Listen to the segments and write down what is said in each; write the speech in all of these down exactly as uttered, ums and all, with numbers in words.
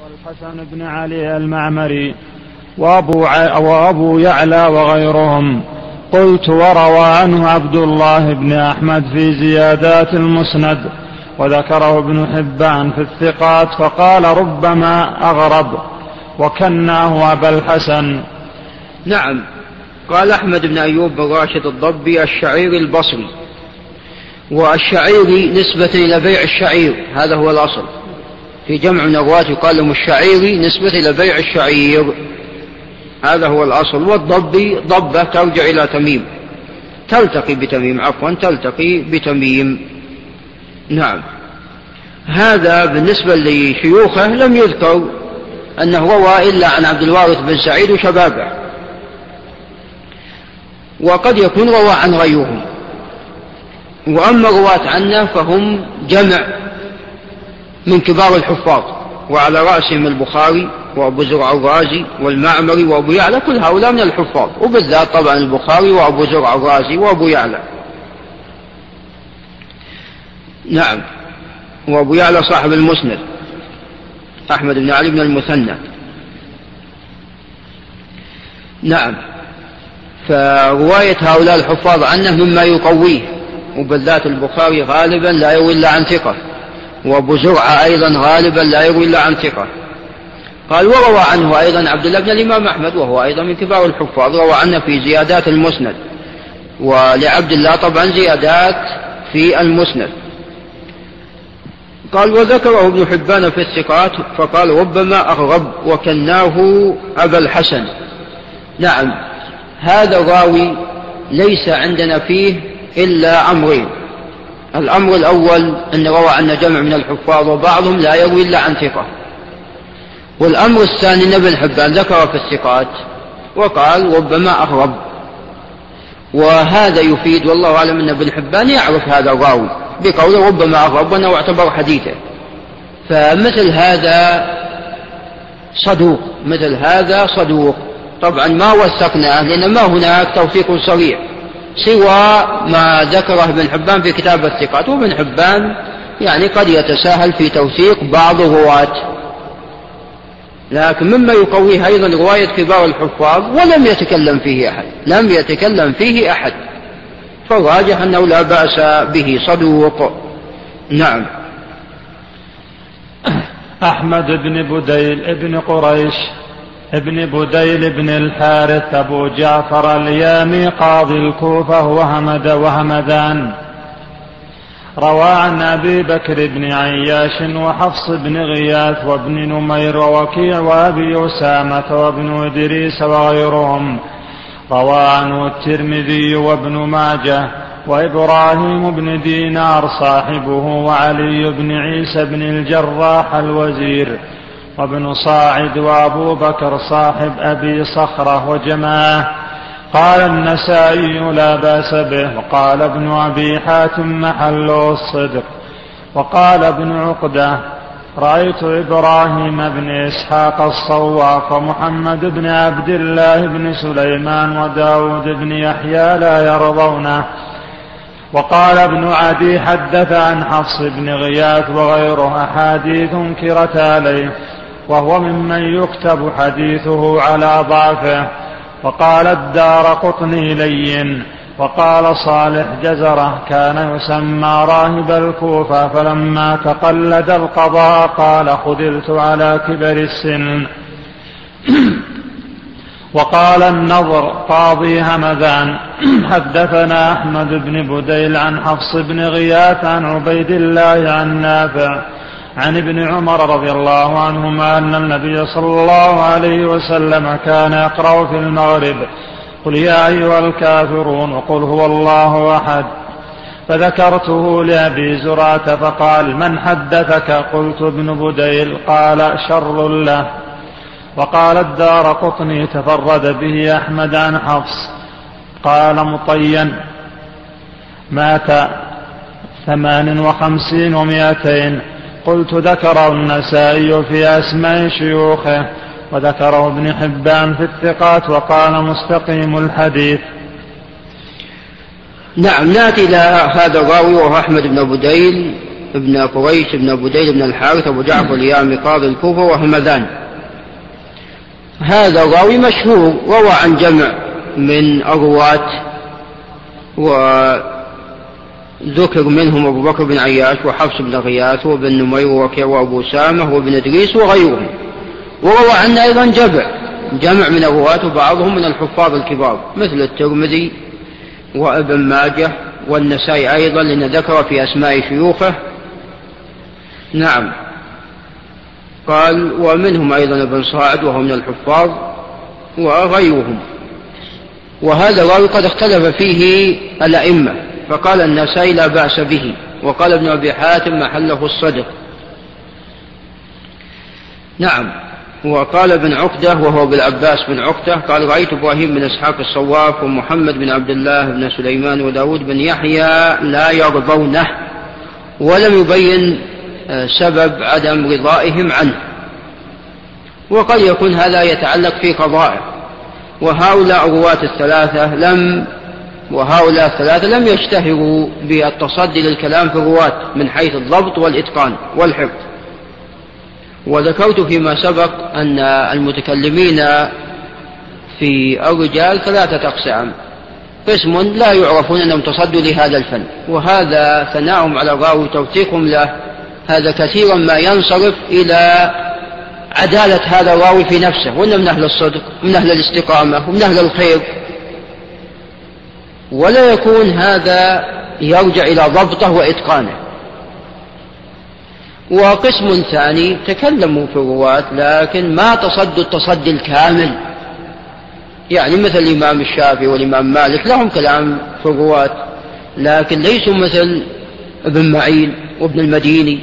والحسن بن علي المعمري وأبو, ع... وأبو يعلى وغيرهم. قلت: وروى عنه عبد الله بن أحمد في زيادات المسند، وذكره ابن حبان في الثقات فقال: ربما أغرب، وكناه أبا الحسن. نعم. قال أحمد بن أيوب بن راشد الضبي الشعيري البصري، والشعيري نسبة إلى بيع الشعير، هذا هو الأصل. في جمع من الرواة يقال لهم الشعيري نسبة إلى بيع الشعير، هذا هو الأصل. والضبي ضبة ترجع إلى تميم، تلتقي بتميم، عفوا تلتقي بتميم. نعم. هذا بالنسبة لشيوخه لم يذكر أنه روى إلا عن عبد الوارث بن سعيد وشبابه، وقد يكون روى عن غيرهم. وأما رواة عنه فهم جمع من كبار الحفاظ، وعلى رأسهم البخاري وأبو زرع الرازي والمعمري وأبو يعلى، كل هؤلاء من الحفاظ، وبالذات طبعا البخاري وأبو زرع الرازي وأبو يعلى. نعم. وأبو يعلى صاحب المسند أحمد بن علي بن المثنى. نعم. فرواية هؤلاء الحفاظ عنه مما يقويه، وبالذات البخاري غالبا لا يروي إلا عن ثقة، وأبو زرعة أيضا غالبا لا يروي إلا عن ثقة. قال: وروى عنه أيضا عبد الله بن الإمام أحمد، وهو أيضا من كبار الحفاظ، روى عنه في زيادات المسند، ولعبد الله طبعا زيادات في المسند. قال: وذكره ابن حبان في الثقات فقال: ربما أغرب، وكناه أبا الحسن. نعم. هذا الراوي ليس عندنا فيه إلا أمرين. الأمر الأول أن روى عن جمع من الحفاظ، وبعضهم لا يروي إلا عن ثقة. والأمر الثاني أن ابن حبان ذكر في الثقات وقال: ربما أغرب. وهذا يفيد والله أعلم أن ابن حبان يعرف هذا الراوي بقوله ربما أغرب، وأنه اعتبر حديثه. فمثل هذا صدوق، مثل هذا صدوق. طبعا ما وثقناه لأن ما هناك توثيق صريح سوى ما ذكره ابن حبان في كتاب الثقات، وابن حبان يعني قد يتساهل في توثيق بعض الرواة. لكن مما يقويه أيضا رواية كبار الحفاظ ولم يتكلم فيه أحد، لم يتكلم فيه أحد، فالراجح أنه لا بأس به، صدوق. نعم. أحمد بن بديل ابن قريش ابن بديل بن الحارث أبو جعفر اليامي قاضي الكوفة وهمد وهمدان، روى عن أبي بكر بن عياش وحفص بن غياث وابن نمير ووكيع وأبي أسامة وابن إدريس وغيرهم. روى عنه الترمذي وابن ماجه وإبراهيم بن دينار صاحبه، وعلي بن عيسى بن الجراح الوزير، وابن صاعد، وأبو بكر صاحب أبي صخرة وجماعة. قال النسائي: لا بأس به. وقال ابن أبي حاتم: محله الصدق. وقال ابن عقدة: رأيت إبراهيم بن إسحاق الصواف ومحمد بن عبد الله بن سليمان وداود بن يحيى لا يرضونه. وقال ابن عدي: حدث عن حفص بن غياث وغيره أحاديث انكرت عليه، وهو ممن يكتب حديثه على ضعفه. وقال الدارقطني: لين. وقال صالح جزرة: كان يسمى راهب الكوفة، فلما تقلد القضاء قال: خذلت على كبر السن. وقال النضر قاضي همذان: حدثنا أحمد بن بديل عن حفص بن غياث عن عبيد الله عن نافع عن ابن عمر رضي الله عنهما أن النبي صلى الله عليه وسلم كان يقرأ في المغرب: قل يا أيها الكافرون وقل هو الله أحد. فذكرته لأبي زرعة فقال: من حدثك؟ قلت: ابن بديل. قال: شر له. وقال الدارقطني: تفرد به أحمد عن حفص. قال مطين: مات ثمان وخمسين ومائتين. قلت: ذكره النسائي في أسماء شيوخه، وذكره ابن حبان في الثقات، وقال مستقيم الحديث. نعم. نأتي إلى هذا الراوي وهو أحمد بن بديل، بن قريش بن بديل بن الحارث أبو جعفر اليامي قاضي الكوفة وهمذان. هذا الراوي مشهور، روى عن جمع من الرواة، وذكر منهم أبو بكر بن عياش وحفص بن غياث وابن نمير ووكيع وأبو سامة وابن إدريس وغيرهم. وروى عنه أيضا جمع جمع من الرواة وبعضهم من الحفاظ الكبار مثل الترمذي وابن ماجه والنسائي أيضا، لأن ذكر في أسماء شيوخه. نعم. قال ومنهم أيضا ابن صاعد وهو من الحفاظ وغيرهم. وهذا الراوي قد اختلف فيه الأئمة، فقال النسائي لا بأس به، وقال ابن أبي حاتم محله الصدق. نعم. وقال ابن عقدة وهو بالعباس بن عقدة قال رأيت إبراهيم بن إسحاق الصواف ومحمد بن عبد الله بن سليمان وداود بن يحيى لا يرضونه، ولم يبين سبب عدم رضائهم عنه، وقد يكون هذا يتعلق في قضائه. وهؤلاء الرواة الثلاثة لم وهؤلاء الثلاثة لم يشتهروا بالتصدي للكلام في الرواة من حيث الضبط والإتقان والحفظ. وذكرت فيما سبق أن المتكلمين في الرجال ثلاثة أقسام: قسم لا يعرفون أنهم تصدوا لهذا الفن، وهذا ثناؤهم على الراوي توثيقهم له، هذا كثيرا ما ينصرف إلى عدالة هذا الراوي في نفسه، وأنه من أهل الصدق ومن أهل الاستقامة ومن أهل الخير، ولا يكون هذا يرجع إلى ضبطه وإتقانه. وقسم ثاني تكلموا في الرواة لكن ما تصدوا التصدي الكامل، يعني مثل الإمام الشافعي والإمام مالك لهم كلام في الرواة، لكن ليسوا مثل ابن معين وابن المديني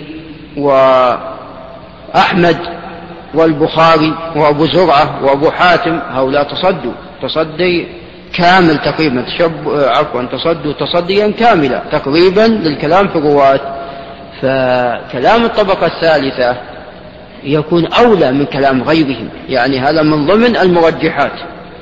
وأحمد والبخاري وأبو زرعة وأبو حاتم. هؤلاء تصدوا تصدي كامل تقريبا، تشب عفوا تصدوا تصديا كاملا تقريبا للكلام في الرواة. فكلام الطبقة الثالثة يكون أولى من كلام غيرهم، يعني هذا من ضمن المرجحات.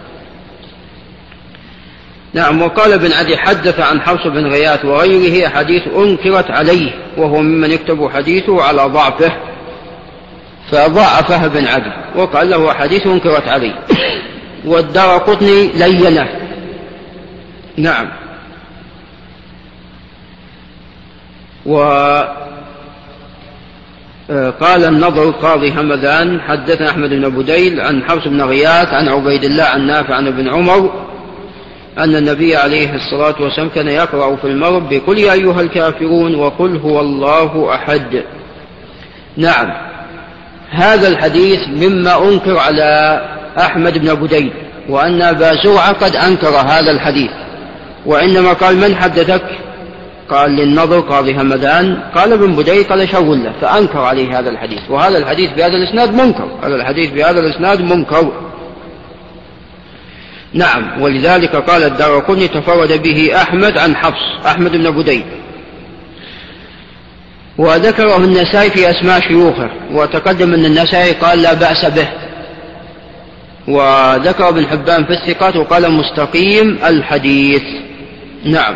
نعم. وقال ابن عدي حدث عن حفص بن غياث وغيره حديث أنكرت عليه، وهو ممن يكتب حديثه على ضعفه، فضعفه ابن عدي وقال له حديث أنكرت عليه. والدارقطني لينه. نعم. وقال النضر قاضي همذان حدثنا أحمد بن بديل عن حفص بن غياث عن عبيد الله عن نافع عن ابن عمر أن النبي عليه الصلاة والسلام كان يقرأ في المغرب بقل يا أيها الكافرون وقل هو الله أحد. نعم. هذا الحديث مما أنكر على أحمد بن بديل، وأن أبا زرعة قد أنكر هذا الحديث، وإنما قال من حدثك؟ قال للنضر قاضي همدان، قال ابن بديل قال شغل، فأنكر عليه هذا الحديث. وهذا الحديث بهذا الإسناد منكر، هذا الحديث بهذا الإسناد منكر. نعم. ولذلك قال الدارقطني تفرد به أحمد عن حفص أحمد بن بديل. وذكره النسائي في أسماء شيوخه، وتقدم أن النسائي قال لا بأس به. وذكر ابن حبان في الثقات وقال مستقيم الحديث. نعم.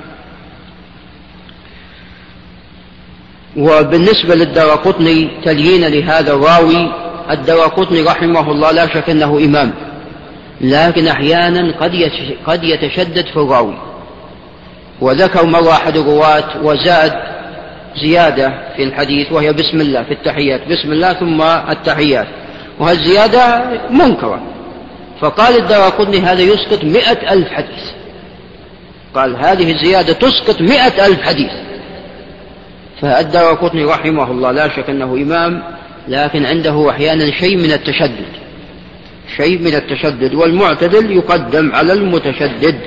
وبالنسبة للدارقطني تليين لهذا الراوي، الدارقطني رحمه الله لا شك أنه إمام، لكن أحيانا قد يتشدد في الراوي. وذكر مرة أحد الرواة وزاد زيادة في الحديث وهي بسم الله في التحيات، بسم الله ثم التحيات، وهالزيادة منكرة. فقال الدارقطني هذا يسقط مئة ألف حديث، قال هذه الزيادة تسقط مئة ألف حديث. فالدارقطني رحمه الله لا شك أنه إمام، لكن عنده أحيانا شيء من التشدد، شيء من التشدد، والمعتدل يقدم على المتشدد.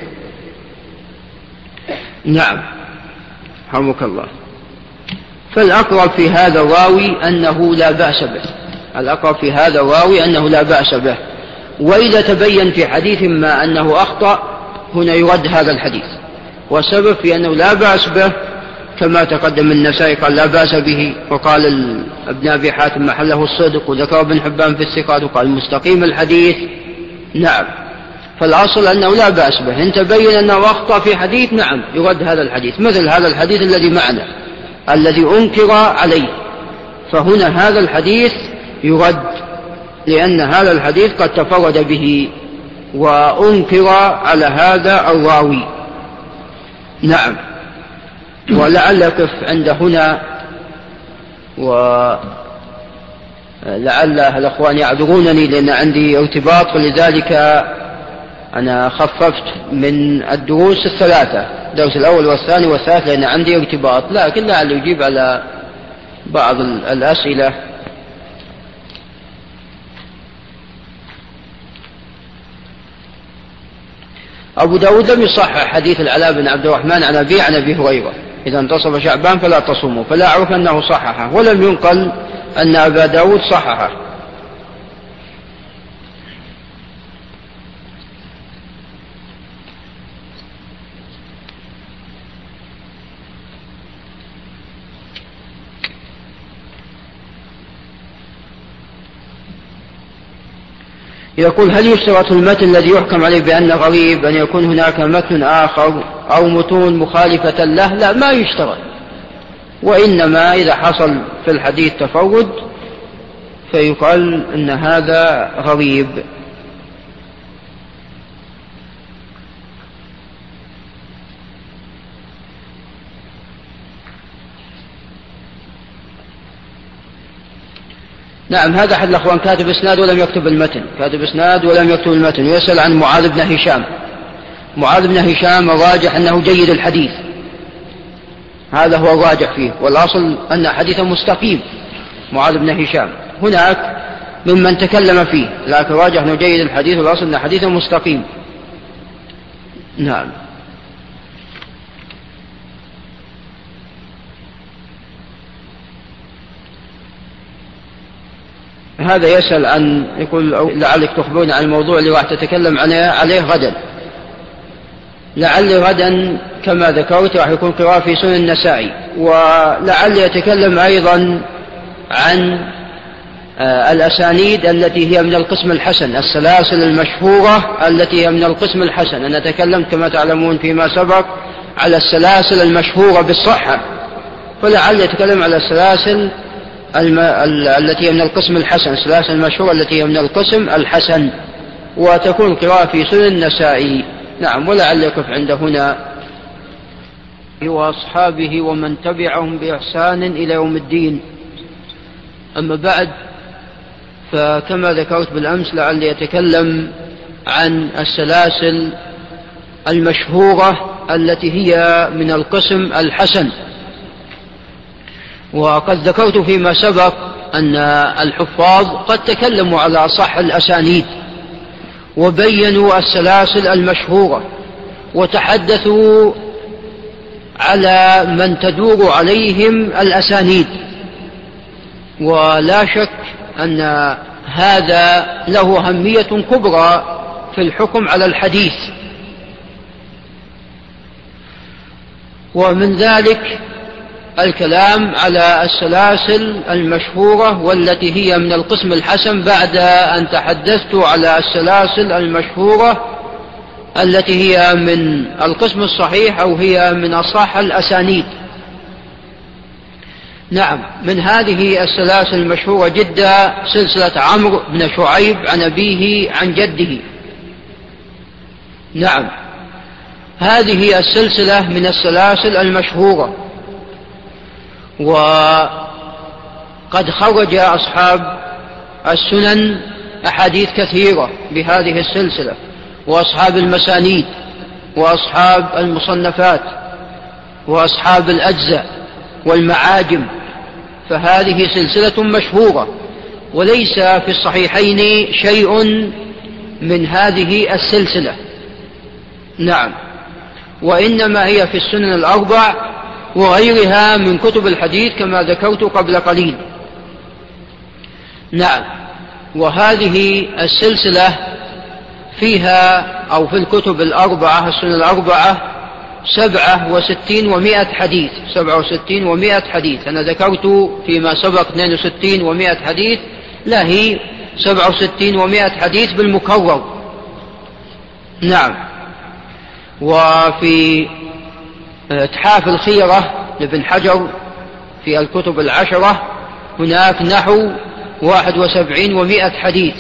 نعم. رحمك الله. فالأقرب في هذا الراوي أنه لا بأس به، الأقرب في هذا الراوي أنه لا بأس به. وإذا تبين في حديث ما أنه أخطأ هنا يرد هذا الحديث، والسبب في أنه لا بأس به كما تقدم النسائي قال لا بأس به، وقال ابن أبي حاتم محله الصدق، وذكر ابن حبان في الثقات وقال مستقيم الحديث. نعم. فالأصل أنه لا بأس به. إن تبين أنه أخطأ في حديث نعم يرد هذا الحديث، مثل هذا الحديث الذي معنا الذي أنكر عليه، فهنا هذا الحديث يرد، لأن هذا الحديث قد تفرد به وأنكر على هذا الراوي. نعم. ولعل أقف عند هنا، ولعل الأخوان يعذرونني لأن عندي ارتباط، فلذلك أنا خففت من الدروس الثلاثة، الدرس الأول والثاني والثالث، لأن عندي ارتباط، لكن لعل يجيب على بعض الأسئلة. أبو داود لم يصحح حديث العلاء بن عبد الرحمن عن أبي عن أبي هريرة إذا انتصف شعبان فلا تصوموا، فلا أعرف أنه صححه، ولم ينقل أن أبا داود صححه. يقول: هل يشترط المتن الذي يحكم عليه بأنه غريب أن يكون هناك متن آخر أو متون مخالفة له؟ لا، ما يشترط، وإنما إذا حصل في الحديث تفرد فيقال إن هذا غريب. نعم. هذا أحد الأخوان كاتب إسناد ولم يكتب المتن، كاتب إسناد ولم يكتب المتن، ويسأل عن معاذ بن هشام. معاذ بن هشام الراجح أنه جيد الحديث، هذا هو الراجح فيه، والأصل أن حديثه مستقيم. معاذ بن هشام هناك ممن تكلم فيه، لكن الراجح أنه جيد الحديث، والأصل أن حديثه مستقيم. نعم. هذا يسأل عن، يقول لعلك تخبرون عن الموضوع اللي راح تتكلم عليه غدا. لعل غدا كما ذكرت راح يكون قراءة في سنن النسائي، ولعل يتكلم أيضا عن الأسانيد التي هي من القسم الحسن، السلاسل المشهورة التي هي من القسم الحسن. أنا تكلمت كما تعلمون فيما سبق على السلاسل المشهورة بالصحة، فلعل يتكلم على السلاسل الم... التي هي من القسم الحسن، السلاسل المشهورة التي هي من القسم الحسن، وتكون قراءة في سنن النسائي. نعم. ولعل يقف عند هنا. وأصحابه ومن تبعهم بإحسان إلى يوم الدين. أما بعد، فكما ذكرت بالأمس لعل يتكلم عن السلاسل المشهورة التي هي من القسم الحسن. وقد ذكرت فيما سبق أن الحفاظ قد تكلموا على أصح الأسانيد وبينوا السلاسل المشهورة وتحدثوا على من تدور عليهم الأسانيد، ولا شك أن هذا له أهمية كبرى في الحكم على الحديث. ومن ذلك الكلام على السلاسل المشهورة والتي هي من القسم الحسن، بعد أن تحدثت على السلاسل المشهورة التي هي من القسم الصحيح أو هي من أصح الأسانيد. نعم. من هذه السلاسل المشهورة جدا سلسلة عمرو بن شعيب عن أبيه عن جده. نعم. هذه السلسلة من السلاسل المشهورة، وقد خرج أصحاب السنن أحاديث كثيرة بهذه السلسلة، وأصحاب المسانيد وأصحاب المصنفات وأصحاب الأجزاء والمعاجم، فهذه سلسلة مشهورة، وليس في الصحيحين شيء من هذه السلسلة. نعم. وإنما هي في السنن الأربع وغيرها من كتب الحديث كما ذكرت قبل قليل. نعم. وهذه السلسلة فيها أو في الكتب الأربعة السنن الأربعة سبعة وستين ومائة حديث، سبعة وستين ومائة حديث. أنا ذكرت فيما سبق اثنين وستين ومائة حديث، لا، هي سبعة وستين ومائة حديث بالمكرر. نعم. وفي اتحاف الخيرة لابن حجر في الكتب العشرة هناك نحو واحد وسبعين ومائة حديث،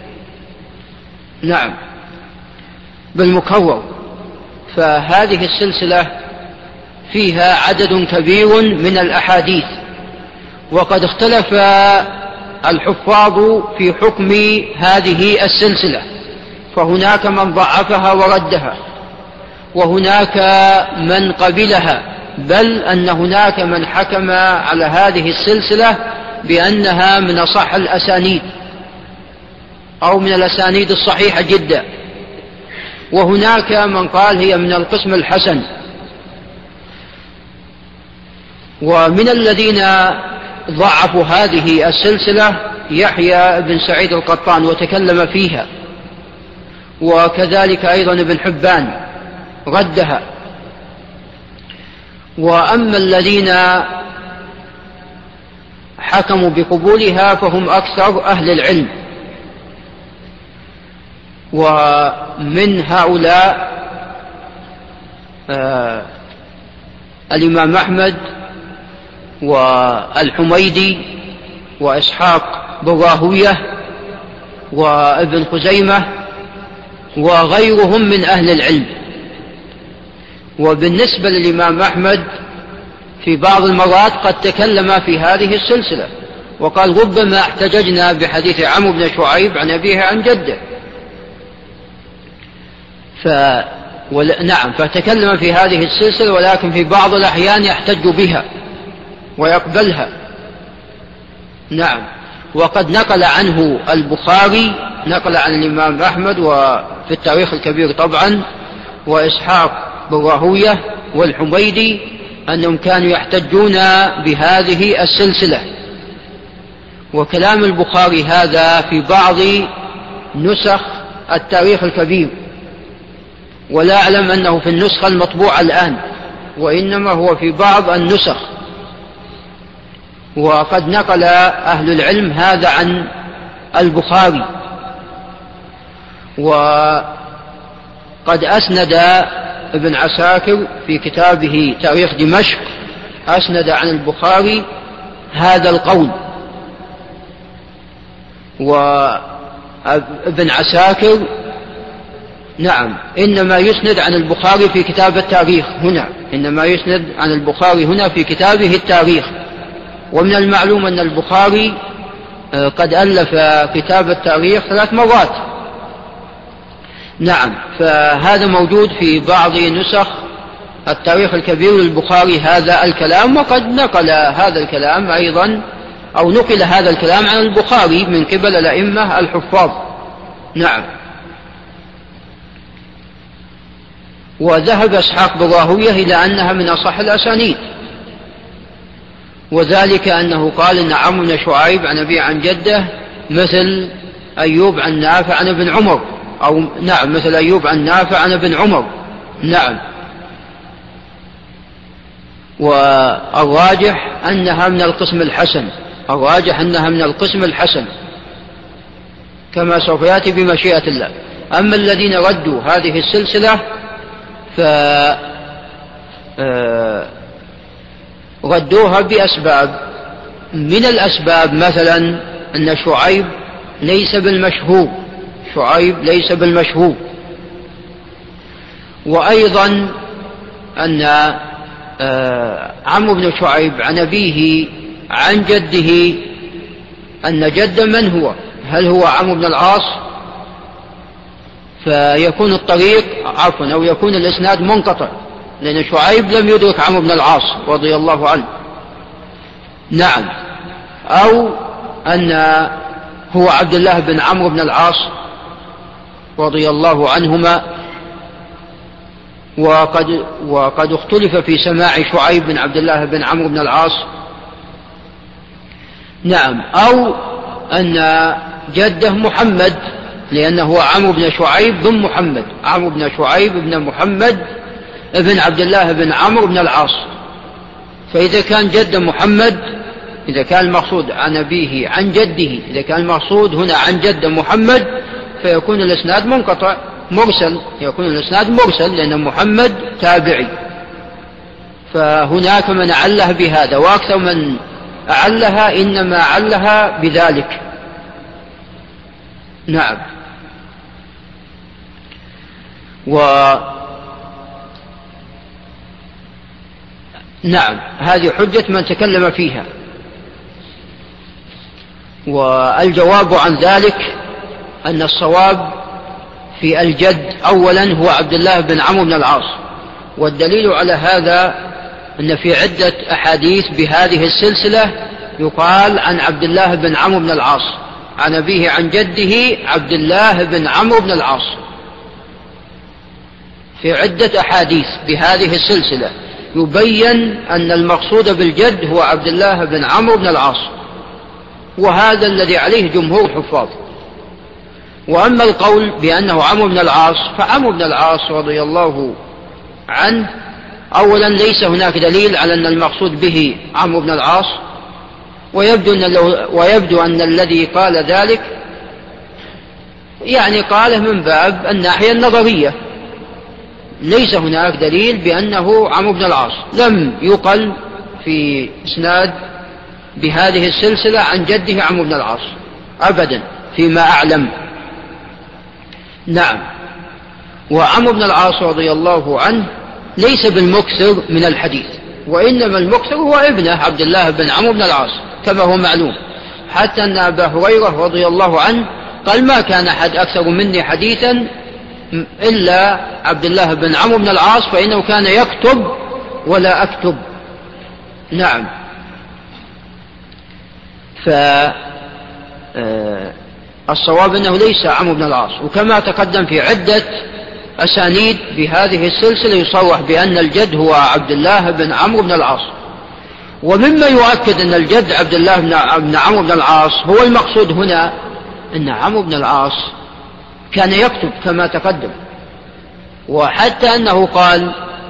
نعم، بالمكرر. فهذه السلسلة فيها عدد كبير من الأحاديث، وقد اختلف الحفاظ في حكم هذه السلسلة، فهناك من ضعفها وردها، وهناك من قبلها، بل أن هناك من حكم على هذه السلسلة بأنها من أصح الأسانيد أو من الأسانيد الصحيحة جدا، وهناك من قال هي من القسم الحسن. ومن الذين ضعفوا هذه السلسلة يحيى بن سعيد القطان وتكلم فيها، وكذلك أيضا ابن حبان ردها. وأما الذين حكموا بقبولها فهم أكثر أهل العلم، ومن هؤلاء آه الإمام أحمد والحميدي وإسحاق بن راهوية وابن خزيمة وغيرهم من أهل العلم. وبالنسبة للإمام أحمد في بعض المرات قد تكلم في هذه السلسلة وقال ربما احتججنا بحديث عمرو بن شعيب عن أبيه عن جده، ف... ول... نعم فتكلم في هذه السلسلة، ولكن في بعض الأحيان يحتج بها ويقبلها، نعم. وقد نقل عنه البخاري، نقل عن الإمام أحمد وفي التاريخ الكبير طبعا وإسحاق بن راهوية والحميدي أنهم كانوا يحتجون بهذه السلسلة. وكلام البخاري هذا في بعض نسخ التاريخ الكبير، ولا أعلم أنه في النسخة المطبوعة الآن، وإنما هو في بعض النسخ. وقد نقل أهل العلم هذا عن البخاري. وقد أسند ابن عساكر في كتابه تاريخ دمشق أسند عن البخاري هذا القول. وابن عساكر نعم إنما يسند عن البخاري في كتاب التاريخ هنا، إنما يسند عن البخاري هنا في كتابه التاريخ. ومن المعلوم أن البخاري قد ألف كتاب التاريخ ثلاث مرات، نعم. فهذا موجود في بعض نسخ التاريخ الكبير للبخاري هذا الكلام، وقد نقل هذا الكلام أيضا أو نقل هذا الكلام عن البخاري من قبل الأئمة الحفاظ، نعم. وذهب إسحاق بن راهوية إلى أنها من أصح الأسانيد، وذلك أنه قال إن عمرو بن شعيب عن أبيه عن جده مثل أيوب عن نافع عن ابن عمر، أو نعم مثل أيوب عن نافع عن ابن عمر، نعم. والراجح أنها من القسم الحسن، الراجح أنها من القسم الحسن كما سوف يأتي بمشيئة الله. أما الذين ردوا هذه السلسلة ف ردوها بأسباب، من الأسباب مثلا أن شعيب ليس بالمشهور، شعيب ليس بالمشهور. وأيضا أن عمرو بن شعيب عن أبيه عن جده أن جد من هو؟ هل هو عمرو بن العاص؟ فيكون الطريق عفوا أو يكون الإسناد منقطع، لأن شعيب لم يدرك عمرو بن العاص رضي الله عنه، نعم. أو أن هو عبد الله بن عمرو بن العاص رضي الله عنهما، وقد, وقد اختلف في سماع شعيب بن عبد الله بن عمرو بن العاص، نعم. أو أن جده محمد، لأنه عمرو بن شعيب بن محمد، عمرو بن شعيب بن محمد ابن عبد الله بن عمرو بن العاص. فإذا كان جد محمد، إذا كان المقصود عن أبيه عن جده، إذا كان المقصود هنا عن جد محمد فيكون الإسناد منقطع مرسل، يكون الإسناد مرسل لأن محمد تابعي. فهناك من علها بهذا، وأكثر من أعلها إنما علها بذلك. نعم. و نعم هذه حجة من تكلم فيها. والجواب عن ذلك أن الصواب في الجد أولا هو عبد الله بن عمرو بن العاص، والدليل على هذا أن في عدة أحاديث بهذه السلسلة يقال عن عبد الله بن عمرو بن العاص عن أبيه عن جده عبد الله بن عمرو بن العاص، في عدة أحاديث بهذه السلسلة يبين أن المقصود بالجد هو عبد الله بن عمرو بن العاص، وهذا الذي عليه جمهور الحفاظ. وأما القول بأنه عمرو بن العاص فعمرو بن العاص رضي الله عنه أولا ليس هناك دليل على أن المقصود به عمرو بن العاص، ويبدو أن, ويبدو أن الذي قال ذلك يعني قاله من باب الناحية النظرية، ليس هناك دليل بأنه عمرو بن العاص، لم يقل في إسناد بهذه السلسلة عن جده عمرو بن العاص أبدا فيما أعلم. نعم. وعمرو بن العاص رضي الله عنه ليس بالمكثر من الحديث، وإنما المكثر هو ابنه عبد الله بن عمرو بن العاص كما هو معلوم، حتى أن أبا هريرة رضي الله عنه قال ما كان أحد أكثر مني حديثا إلا عبد الله بن عمرو بن العاص فإنه كان يكتب ولا أكتب. نعم. فالصواب أنه ليس عمرو بن العاص، وكما تقدم في عدة أسانيد بهذه السلسلة يصرح بأن الجد هو عبد الله بن عمرو بن العاص. ومما يؤكد أن الجد عبد الله بن عمرو بن العاص هو المقصود هنا أن عمرو بن العاص كان يكتب كما تقدم، وحتى أنه قال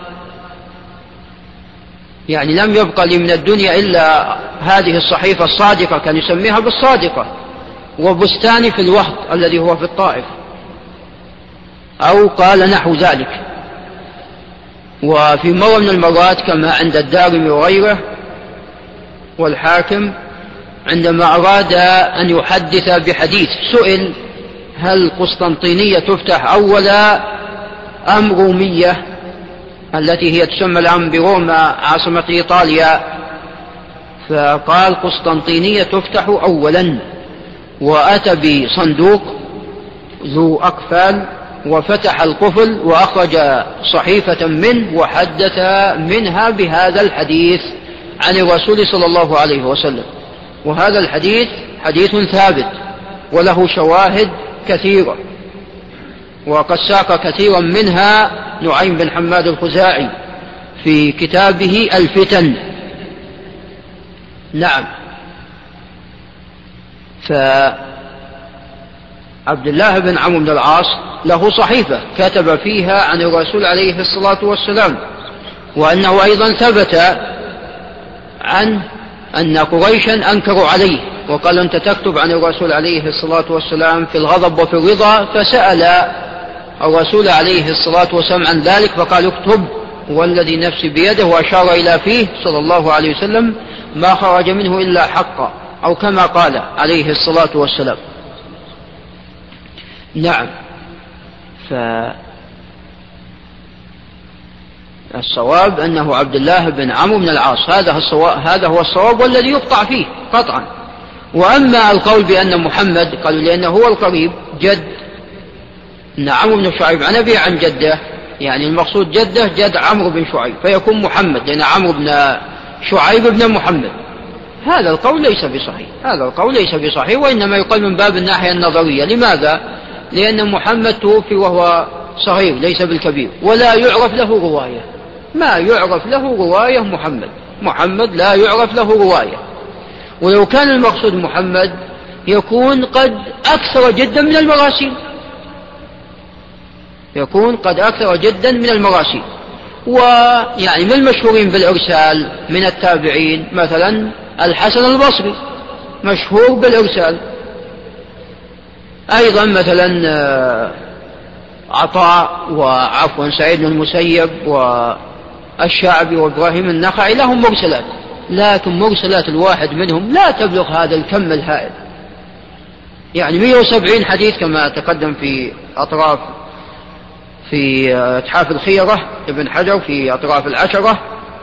يعني لم يبقى لي من الدنيا إلا هذه الصحيفة الصادقة، كان يسميها بالصادقة، وبستاني في الوهد الذي هو في الطائف، أو قال نحو ذلك. وفي مرة من المرات كما عند الدارمي وغيره والحاكم عندما أراد أن يحدث بحديث سئل هل قسطنطينية تفتح أولا أم رومية التي هي تسمى الآن بروما عاصمة إيطاليا، فقال قسطنطينية تفتح أولا، وأتى بصندوق ذو أقفال وفتح القفل وأخرج صحيفة منه وحدث منها بهذا الحديث عن الرسول صلى الله عليه وسلم. وهذا الحديث حديث ثابت وله شواهد كثيرة، وقد ساق كثيرا منها نعيم بن حماد الخزاعي في كتابه الفتن. نعم. فعبد الله بن عمرو بن العاص له صحيفة كتب فيها عن الرسول عليه الصلاة والسلام، وأنه أيضا ثبت عن أن قريشا أنكروا عليه وقال أنت تكتب عن الرسول عليه الصلاة والسلام في الغضب وفي الرضا، فسأل الرسول عليه الصلاة والسلام عن ذلك فقال اكتب والذي نفسي بيده، وأشار إلى فيه صلى الله عليه وسلم ما خرج منه إلا حقا، أو كما قال عليه الصلاة والسلام. نعم. فالصواب أنه عبد الله بن عمرو بن العاص، هذا هذا هو الصواب والذي يقطع فيه قطعا. وأما القول بأن محمد قالوا لأنه هو القريب جد أن عمرو بن شعيب عن أبيه عن جده، يعني المقصود جده جد عمرو بن شعيب فيكون محمد لأن عمرو بن شعيب بن محمد، هذا القول ليس بصحيح، هذا القول ليس بصحيح، وإنما يقال من باب الناحية النظرية. لماذا؟ لأن محمد توفي وهو صغير ليس بالكبير، ولا يعرف له رواية، ما يعرف له رواية محمد، محمد لا يعرف له رواية. ولو كان المقصود محمد يكون قد أكثر جدا من المراسيل، يكون قد أكثر جدا من المراسيل. ويعني من المشهورين بالإرسال من التابعين مثلا الحسن البصري مشهور بالإرسال، أيضا مثلا عطاء وعفوا سعيد بن المسيب الشعبي وإبراهيم النخعي لهم مرسلات، لكن مرسلات الواحد منهم لا تبلغ هذا الكم الهائل، يعني مئة وسبعين حديث كما تقدم في أطراف في إتحاف الخيرة ابن حجر في أطراف العشرة.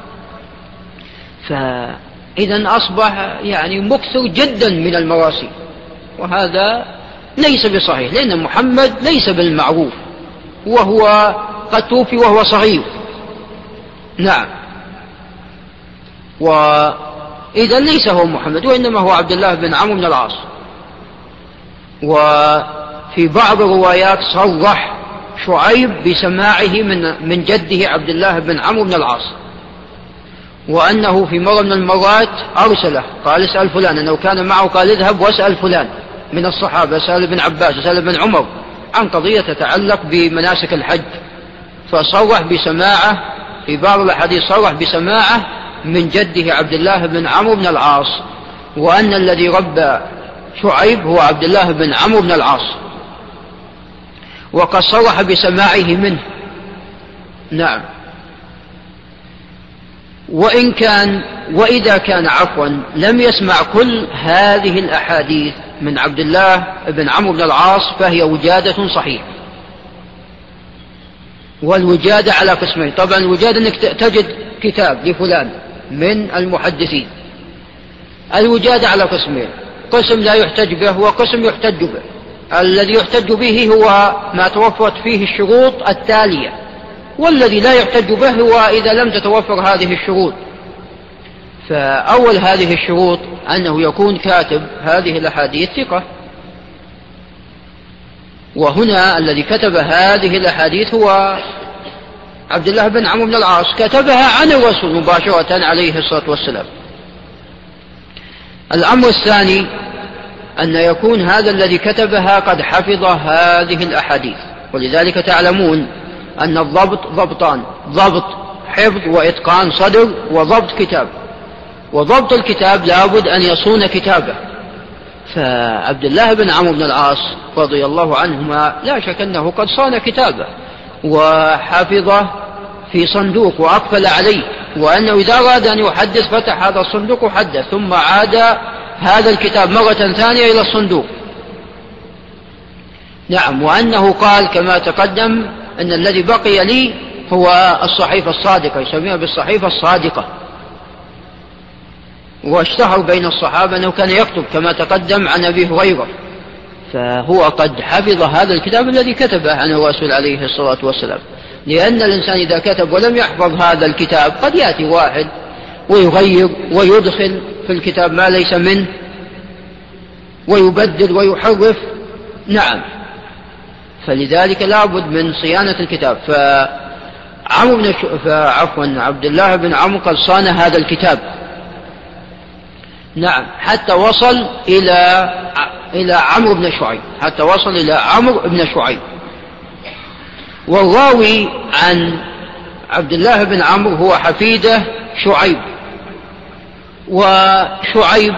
فإذا أصبح يعني مكثر جدا من المراسيل، وهذا ليس بصحيح، لأن محمد ليس بالمعروف، وهو قد توفي وهو صغير. نعم، وإذا ليس هو محمد، وإنما هو عبد الله بن عمرو بن العاص. وفي بعض الروايات صرح شعيب بسماعه من من جده عبد الله بن عمرو بن العاص، وأنه في مرة من المرات أرسله قال اسأل فلان، أنه كان معه قال اذهب واسأل فلان من الصحابة، سأل ابن عباس سأل ابن عمر عن قضية تتعلق بمناسك الحج، فصرح بسماعه في بعض الأحاديث صرح بسماعه من جده عبد الله بن عمرو بن العاص، وأن الذي ربى شعيب هو عبد الله بن عمرو بن العاص، وقد صرح بسماعه منه. نعم، وإن كان وإذا كان عفوا لم يسمع كل هذه الأحاديث من عبد الله بن عمرو بن العاص فهي وجادة صحيحة. والوجادة على قسمين، طبعا الوجادة أنك تجد كتاب لفلان من المحدثين، الوجادة على قسمين، قسم لا يحتج به وقسم يحتج به. الذي يحتج به هو ما توفرت فيه الشروط التالية، والذي لا يحتج به هو إذا لم تتوفر هذه الشروط. فأول هذه الشروط أنه يكون كاتب هذه الأحاديث ثقة، وهنا الذي كتب هذه الأحاديث هو عبد الله بن عمرو بن العاص، كتبها عن الرسول مباشرة عليه الصلاة والسلام. الأمر الثاني أن يكون هذا الذي كتبها قد حفظ هذه الأحاديث، ولذلك تعلمون أن الضبط ضبطان، ضبط حفظ وإتقان صدر، وضبط كتاب. وضبط الكتاب لابد أن يصون كتابه، فعبد الله بن عمرو بن العاص رضي الله عنهما لا شك أنه قد صان كتابه وحفظه في صندوق وأقفل عليه، وأنه إذا أراد أن يحدث فتح هذا الصندوق وحدث، ثم عاد هذا الكتاب مرة ثانية إلى الصندوق. نعم، وأنه قال كما تقدم أن الذي بقي لي هو الصحيفة الصادقة، يسميها بالصحيفة الصادقة. واشتهر بين الصحابة أنه كان يكتب كما تقدم عن أبي هريرة، فهو قد حفظ هذا الكتاب الذي كتبه عن الرسول عليه الصلاة والسلام. لأن الإنسان إذا كتب ولم يحفظ هذا الكتاب قد يأتي واحد ويغير ويدخل في الكتاب ما ليس منه ويبدل ويحرف. نعم، فلذلك لابد من صيانة الكتاب. فعمرو بن ش... فعفوا عبد الله بن عمرو قد صان هذا الكتاب. نعم، حتى وصل إلى إلى عمرو بن شعيب، حتى وصل إلى عمرو بن شعيب. والراوي عن عبد الله بن عمرو هو حفيده شعيب. وشعيب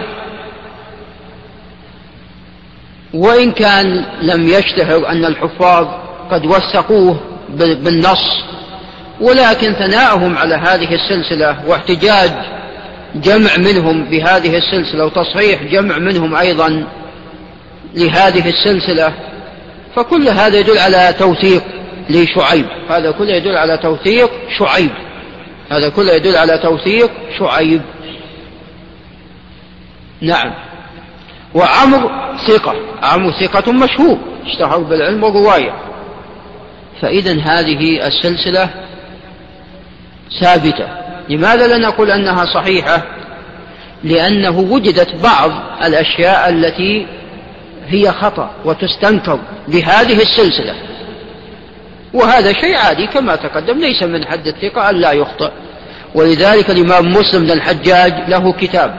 وإن كان لم يشتهر أن الحفاظ قد وثقوه بالنص، ولكن ثناءهم على هذه السلسلة واحتجاج جمع منهم بهذه السلسلة وتصحيح جمع منهم أيضا لهذه السلسلة، فكل هذا يدل على توثيق لشعيب. هذا كله يدل على توثيق شعيب، هذا كله يدل على توثيق شعيب. نعم، وعمرو ثقة، عمرو ثقة مشهور اشتهر بالعلم والرواية. فإذا هذه السلسلة ثابتة. لماذا لا نقول أنها صحيحة؟ لأنه وجدت بعض الأشياء التي هي خطأ وتستنكر بهذه السلسلة، وهذا شيء عادي كما تقدم، ليس من حد الثقة أن لا يخطئ. ولذلك الإمام مسلم بن الحجاج له كتاب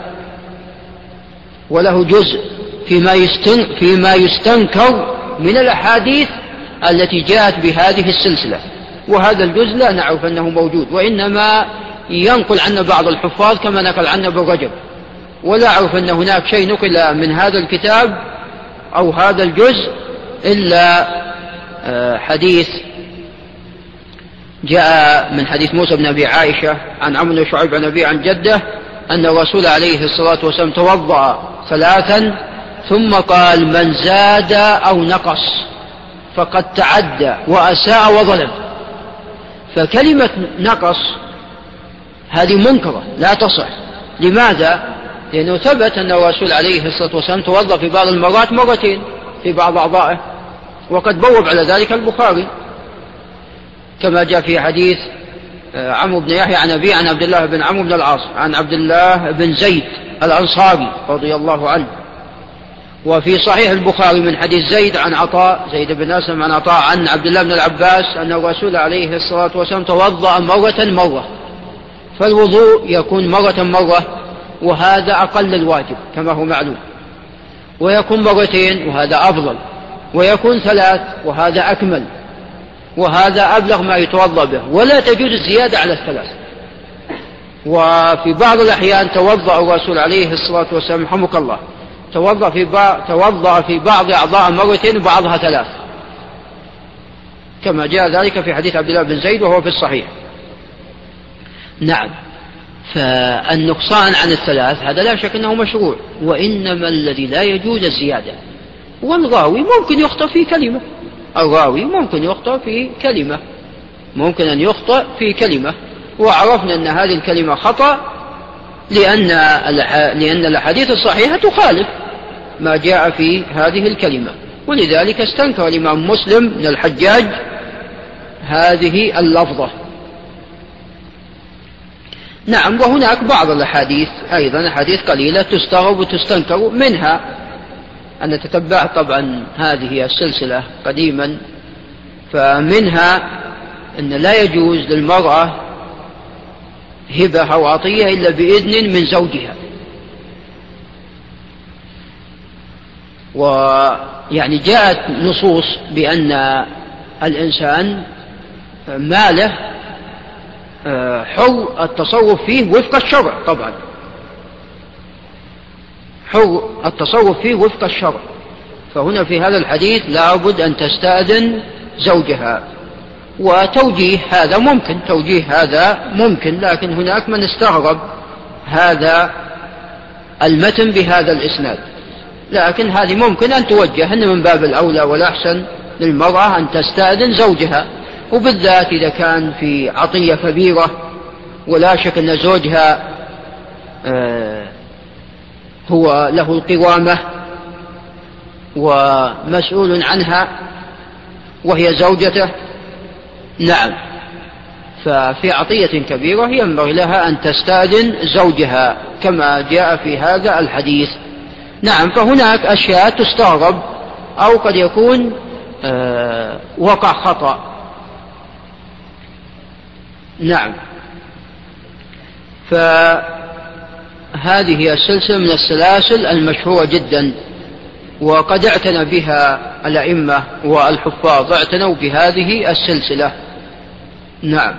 وله جزء فيما, يستن فيما يستنكر من الأحاديث التي جاءت بهذه السلسلة، وهذا الجزء لا نعرف أنه موجود، وإنما ينقل عنا بعض الحفاظ كما نقل عنا ابن رجب، ولا أعرف أن هناك شيء نقل من هذا الكتاب أو هذا الجزء إلا حديث جاء من حديث موسى بن أبي عائشة عن عمرو بن شعيب عن أبيه عن جده أن الرسول عليه الصلاة والسلام توضأ ثلاثا ثم قال: من زاد أو نقص فقد تعدى وأساء وظلم. فكلمة نقص هذه منكرة لا تصح. لماذا؟ لأنه ثبت أن الرسول عليه الصلاة والسلام توضأ في بعض المرات مرتين في بعض أعضائه، وقد بوب على ذلك البخاري كما جاء في حديث عمرو بن يحيى عن أبيه عن عبد الله بن عمرو بن العاص عن عبد الله بن زيد الأنصاري رضي الله عنه. وفي صحيح البخاري من حديث زيد عن عطاء زيد بن أسلم عن عطاء عن عبد الله بن العباس أن الرسول عليه الصلاة والسلام توضأ مرة مرة. فالوضوء يكون مرة مرة وهذا أقل الواجب كما هو معلوم، ويكون مرتين وهذا أفضل، ويكون ثلاث وهذا أكمل، وهذا أبلغ ما يتوضأ به، ولا تجوز الزيادة على الثلاث. وفي بعض الأحيان توضأ الرسول عليه الصلاة والسلام رحمك الله توضأ في بعض توضأ في بعض أعضاء مرتين وبعضها ثلاث، كما جاء ذلك في حديث عبد الله بن زيد وهو في الصحيح. نعم، فالنقصان عن الثلاث هذا لا شك أنه مشروع، وإنما الذي لا يجوز الزيادة. والراوي ممكن يخطئ في كلمة، الراوي ممكن يخطئ في كلمة، ممكن أن يخطئ في كلمة، وعرفنا أن هذه الكلمة خطأ لأن لأن الأحاديث الصحيحة تخالف ما جاء في هذه الكلمة، ولذلك استنكر الإمام مسلم بن الحجاج هذه اللفظة. نعم، وهناك بعض الأحاديث أيضا أحاديث قليلة تستغرب وتستنكر، منها أن تتبع طبعا هذه السلسلة قديما، فمنها أن لا يجوز للمرأة هبة أو عطية إلا بإذن من زوجها. ويعني جاءت نصوص بأن الإنسان ماله حر التصرف فيه وفق الشرع، طبعا حر التصرف فيه وفق الشرع. فهنا في هذا الحديث لابد أن تستأذن زوجها، وتوجيه هذا ممكن، توجيه هذا ممكن، لكن هناك من استغرب هذا المتن بهذا الإسناد، لكن هذه ممكن أن توجه أن من باب الأولى والأحسن للمرأة أن تستأذن زوجها، وبالذات إذا كان في عطية كبيرة ولا شك أن زوجها آه هو له القوامة ومسؤول عنها وهي زوجته. نعم، ففي عطية كبيرة ينبغي لها أن تستأذن زوجها كما جاء في هذا الحديث. نعم، فهناك أشياء تستغرب أو قد يكون آه وقع خطأ. نعم، فهذه السلسلة من السلاسل المشهورة جدا، وقد اعتنى بها الأئمة والحفاظ، اعتنوا بهذه السلسلة. نعم،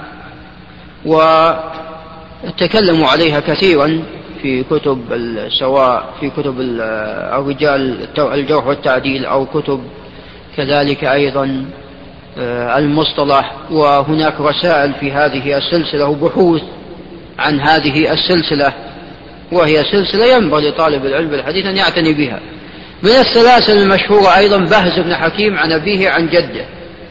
وتكلموا عليها كثيرا في كتب، سواء في كتب الرجال الجرح والتعديل أو كتب كذلك أيضا المصطلح، وهناك رسائل في هذه السلسلة وبحوث عن هذه السلسلة، وهي سلسلة ينبغي لطالب العلم الحديث أن يعتني بها. من السلاسل المشهورة أيضا بهز بن حكيم عن أبيه عن جده.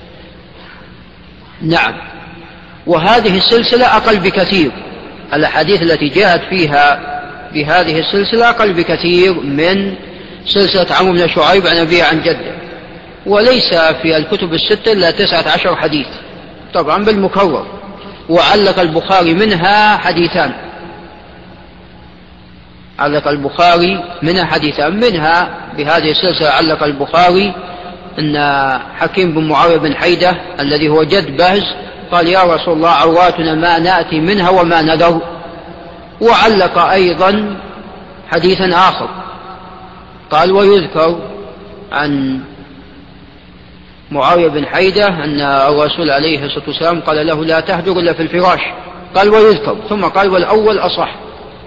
نعم، وهذه السلسلة أقل بكثير، الأحاديث التي جاءت فيها بهذه السلسلة أقل بكثير من سلسلة عمرو بن شعيب عن أبيه عن جده، وليس في الكتب الستة إلا تسعة عشر حديث طبعا بالمكرر، وعلق البخاري منها حديثان، علق البخاري منها حديثان، منها بهذه السلسلة علق البخاري أن حكيم بن معاوية بن حيدة الذي هو جد بهز قال: يا رسول الله، عوراتنا ما نأتي منها وما نذر. وعلق أيضا حديثا آخر قال: ويذكر عن معاوية بن حيدة أن الرسول عليه الصلاة والسلام قال له: لا تهجر إلا في الفراش. قال: ويذكر، ثم قال: والأول أصح.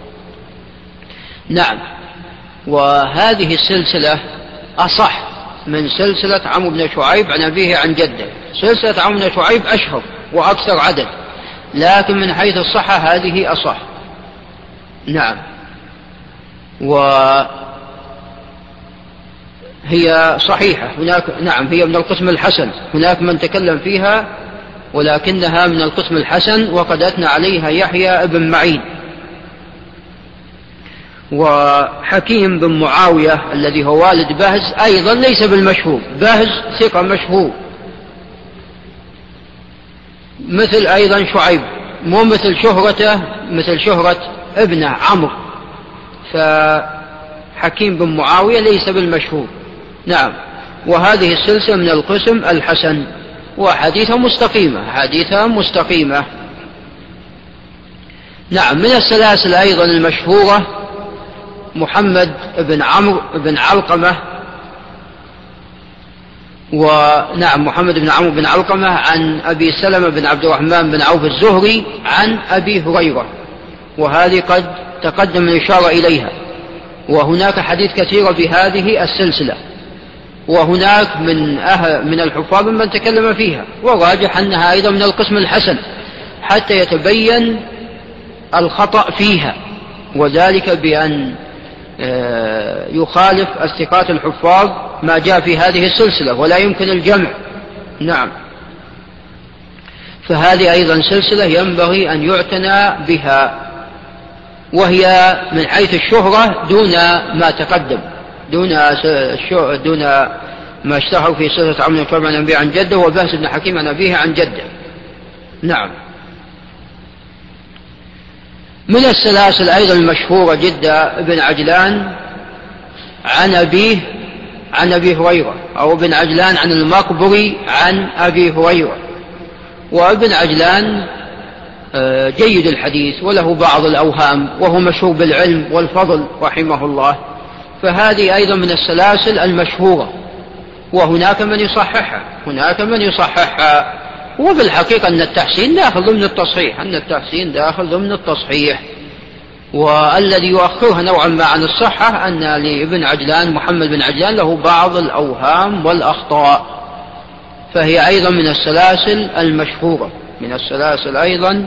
نعم، وهذه السلسلة أصح من سلسلة عمرو بن شعيب عن أبيه عن جده. سلسلة عمرو بن شعيب أشهر وأكثر عدد، لكن من حيث الصحة هذه أصح. نعم. وهي صحيحة. هناك نعم هي من القسم الحسن، هناك من تكلم فيها ولكنها من القسم الحسن، وقد أثنى عليها يحيى ابن معين. وحكيم بن معاوية الذي هو والد بهز أيضا ليس بالمشهور، بهز ثقة مشهور، مثل أيضا شعيب، مو مثل شهرته مثل شهرة ابنه عمرو، فحكيم بن معاوية ليس بالمشهور. نعم. وهذه السلسلة من القسم الحسن، وحديثها مستقيمة، حديثها مستقيمة. نعم. من السلاسل أيضا المشهورة محمد بن عمرو بن علقمة، ونعم محمد بن عمرو بن علقمة عن أبي سلمة بن عبد الرحمن بن عوف الزهري عن أبي هريرة، وهذه قد تقدم الإشارة إليها. وهناك حديث كثيرة بهذه السلسلة، وهناك من أهل من الحفاظ من تكلم فيها، وراجح أنها أيضا من القسم الحسن حتى يتبين الخطأ فيها، وذلك بأن يخالف الثقات الحفاظ ما جاء في هذه السلسلة ولا يمكن الجمع. نعم. فهذه أيضا سلسلة ينبغي أن يعتنى بها، وهي من حيث الشهرة دون ما تقدم، دون دون ما اشتهر في سلسلة عمرو بن عن أبيه عن جده، وبهز بن حكيم عن أبيه عن جده. نعم. من السلاسل أيضا المشهورة جدا ابن عجلان عن أبيه عن أبي هريرة، أو ابن عجلان عن المقبري عن أبي هريرة. وابن عجلان جيد الحديث وله بعض الأوهام، وهو مشهور بالعلم والفضل رحمه الله، فهذه أيضا من السلاسل المشهورة. وهناك من يصححها، هناك من يصححها. وفي الحقيقة أن التحسين داخل ضمن التصحيح، أن التحسين داخل ضمن التصحيح. والذي يؤخرها نوعا ما عن الصحة أن لابن عجلان محمد بن عجلان له بعض الأوهام والأخطاء، فهي أيضا من السلاسل المشهورة، من السلاسل أيضا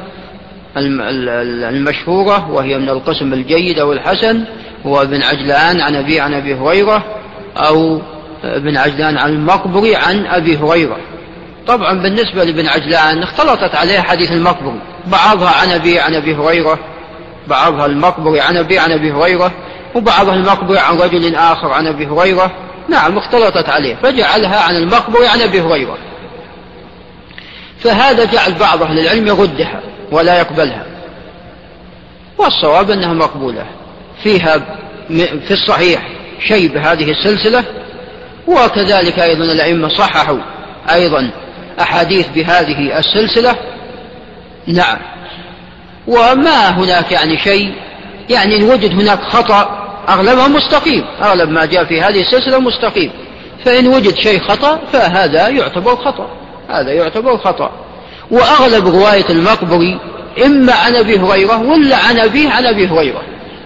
المشهورة، وهي من القسم الجيد أو الحسن. هو ابن عجلان عن أبي عن أبي هريرة، أو ابن عجلان عن المقبري عن أبي هريرة. طبعا بالنسبة لابن عجلان اختلطت عليه حديث المقبري، بعضها عن أبي عن أبي هريرة، بعضها المقبري عن أبي عن أبي هريرة، وبعضها المقبري عن رجل آخر عن أبي هريرة. نعم اختلطت عليه فجعلها عن المقبري عن أبي هريرة، فهذا جعل بعض أهل العلم يردها ولا يقبلها، والصواب أنها مقبولة. فيها في الصحيح شيء بهذه السلسلة، وكذلك أيضا الأئمة صححوا أيضا أحاديث بهذه السلسلة. نعم. وما هناك يعني شيء، يعني إن وجد هناك خطأ أغلبها مستقيم، أغلب ما جاء في هذه السلسلة مستقيم، فإن وجد شيء خطأ فهذا يعتبر خطأ، هذا يعتبر خطأ. وأغلب رواية المقبري إما عن أبي هريرة ولا عن أبيه عن أبي هريرة.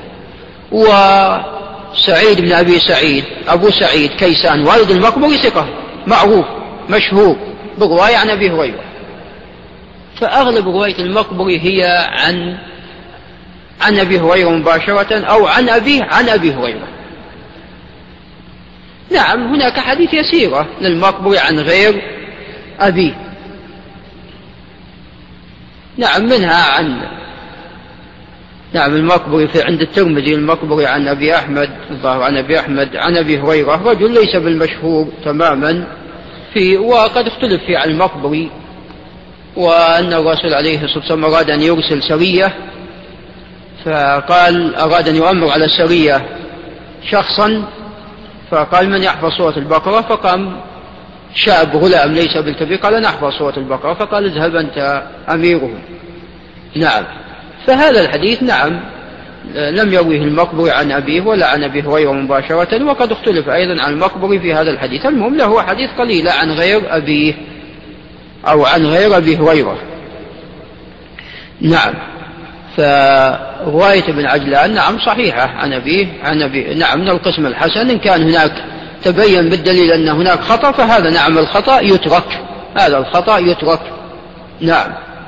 وسعيد بن أبي سعيد أبو سعيد كيسان والد المقبري ثقة معروف مشهور برواية عن أبي هريرة، فأغلب رواية المقبري هي عن عن أبي هريرة مباشرة، أو عن أبيه عن أبي هريرة. نعم هناك حديث يسيرة للمقبري عن غير أبيه. نعم منها عن نعم المقبري في عند الترمذي المقبري عن أبي أحمد الظاهر عن أبي أحمد عن أبي هريرة، رجل ليس بالمشهور تماما في، وقد اختلف في عن المقبري، وأن الرسول عليه الصلاة والسلام أراد أن يرسل سرية، فقال أراد أن يؤمر على السرية شخصا، فقال من يحفظ سورة البقرة؟ فقام شاب غلام ليس بالكبير قال نحفظ سورة البقرة، فقال اذهب أنت أميرهم. نعم. فهذا الحديث نعم لم يرويه المقبري عن أبيه ولا عن أبي هريرة مباشرة، وقد اختلف أيضا عن المقبري في هذا الحديث. المهم له حديث قليلة عن غير أبيه أو عن غير أبي هريرة. نعم. فرواية ابن عجلان نعم صحيحة عن أبيه عن أبي نعم من القسم الحسن، إن كان هناك تبين بالدليل أن هناك خطأ فهذا نعم الخطأ يترك، هذا الخطأ يترك. نعم.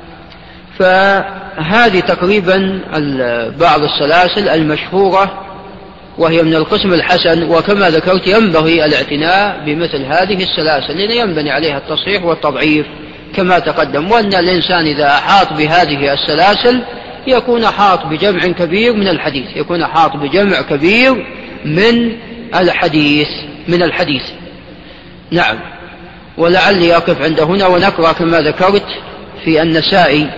فهذه تقريبا بعض السلاسل المشهورة وهي من القسم الحسن، وكما ذكرت ينبغي الاعتناء بمثل هذه السلاسل لأن ينبني عليها التصحيح والتضعيف كما تقدم، وأن الإنسان إذا أحاط بهذه السلاسل يكون أحاط بجمع كبير من الحديث، يكون أحاط بجمع كبير من الحديث من الحديث نعم. ولعلي أقف عند هنا ونقرأ كما ذكرت في النسائي.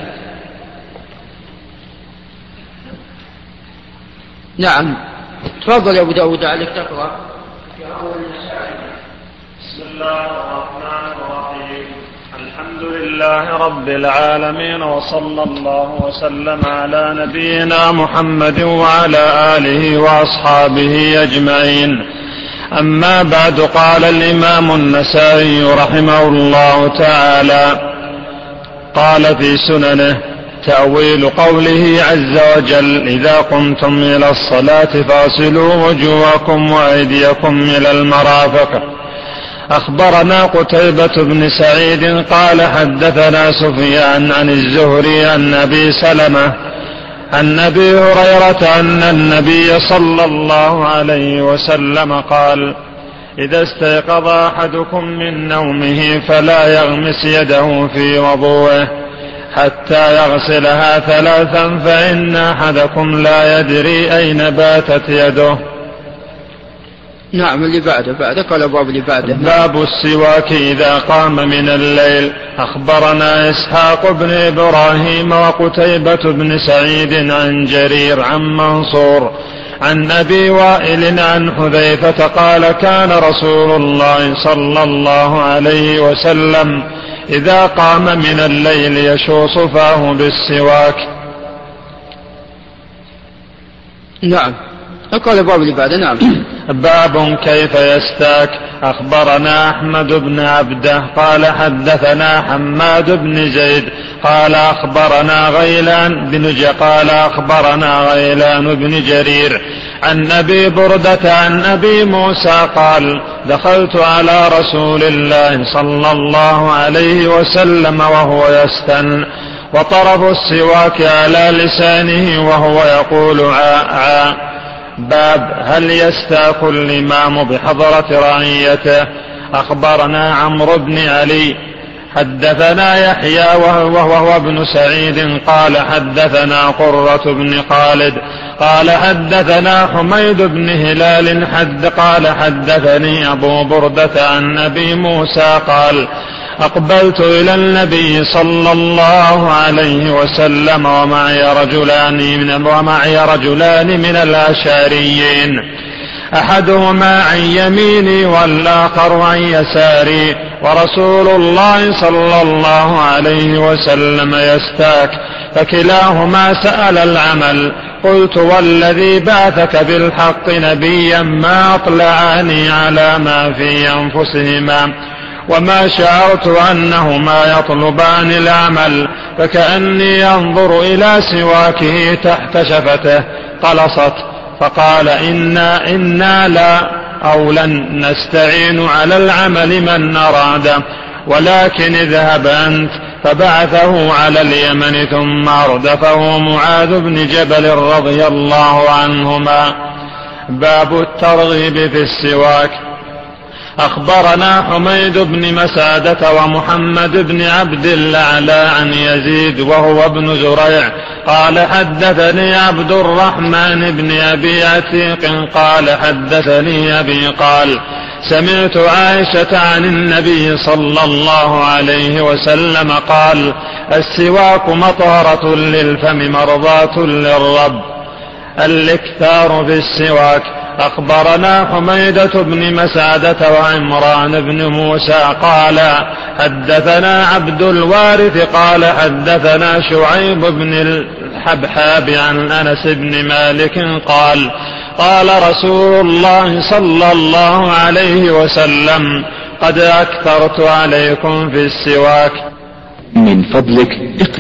نعم تفضل يا أبو داود عليك تقرأ في أول النسائي. بسم الله الرحمن الرحيم. الحمد لله رب العالمين، وصلى الله وسلم على نبينا محمد وعلى آله وأصحابه أجمعين. أما بعد، قال الإمام النسائي رحمه الله تعالى قال في سننه: تأويل قوله عز وجل: إذا قمتم إلى الصلاة فاغسلوا وجوهكم وأيديكم إلى المرافق. أخبرنا قتيبة بن سعيد قال حدثنا سفيان عن الزهري عن أبي سلمة عن أبي هريرة أن النبي صلى الله عليه وسلم قال: إذا استيقظ أحدكم من نومه فلا يغمس يده في وضوءه حتى يغسلها ثلاثا، فإن أحدكم لا يدري أين باتت يده. نعم. اللي بعده بعده قال الباب اللي بعده. باب السواك إذا قام من الليل. أخبرنا إسحاق بن إبراهيم وقتيبة بن سعيد عن جرير عن منصور عن أبي وائل عن حذيفة قال: كان رسول الله صلى الله عليه وسلم إذا قام من الليل يشوص فاه بالسواك. نعم. قال الباب اللي بعده. نعم. باب كيف يستاك. أخبرنا أحمد بن عبده قال حدثنا حماد بن زيد قال أخبرنا غيلان بن ج قال أخبرنا غيلان بن جرير عن أبي بردة عن أبي موسى قال: دخلت على رسول الله صلى الله عليه وسلم وهو يستن وطرف السواك على لسانه وهو يقول: عاء عاء. باب هل يستاك الإمام بحضرة رعيته. أخبرنا عمرو بن علي حدثنا يحيى وهو ابن سعيد قال حدثنا قرة بن خالد قال حدثنا حميد بن هلال حد قال حدثني أبو بردة عن أبي موسى قال: أقبلت إلى النبي صلى الله عليه وسلم ومعي رجلان من ومعي رجلان من الأشعريين، أحدهما عن يميني والآخر عن يساري، ورسول الله صلى الله عليه وسلم يستاك، فكلاهما سأل العمل. قلت: والذي بعثك بالحق نبيا ما أطلعاني على ما في أنفسهما، وما شعرت أنهما يطلبان العمل، فكأني أنظر إلى سواكه تحت شفته قلصت. فقال: إنا, إنا لا أو لن نستعين على العمل من أراد، ولكن اذهب أنت. فبعثه على اليمن ثم أردفه معاذ بن جبل رضي الله عنهما. باب الترغيب في السواك. أخبرنا حميد بن مسادة ومحمد بن عبد الأعلى عن يزيد وهو ابن زريع قال حدثني عبد الرحمن بن أبي عتيق قال حدثني أبي قال: سمعت عائشة عن النبي صلى الله عليه وسلم قال: السواك مطهرة للفم مرضاة للرب. الاكثار في السواك. أخبرنا حميدة بن مسعدة وعمران بن موسى قال حدثنا عبد الوارث قال حدثنا شعيب بن الحبحاب عن أنس بن مالك قال: قال رسول الله صلى الله عليه وسلم: قد أكثرت عليكم في السواك. من فضلك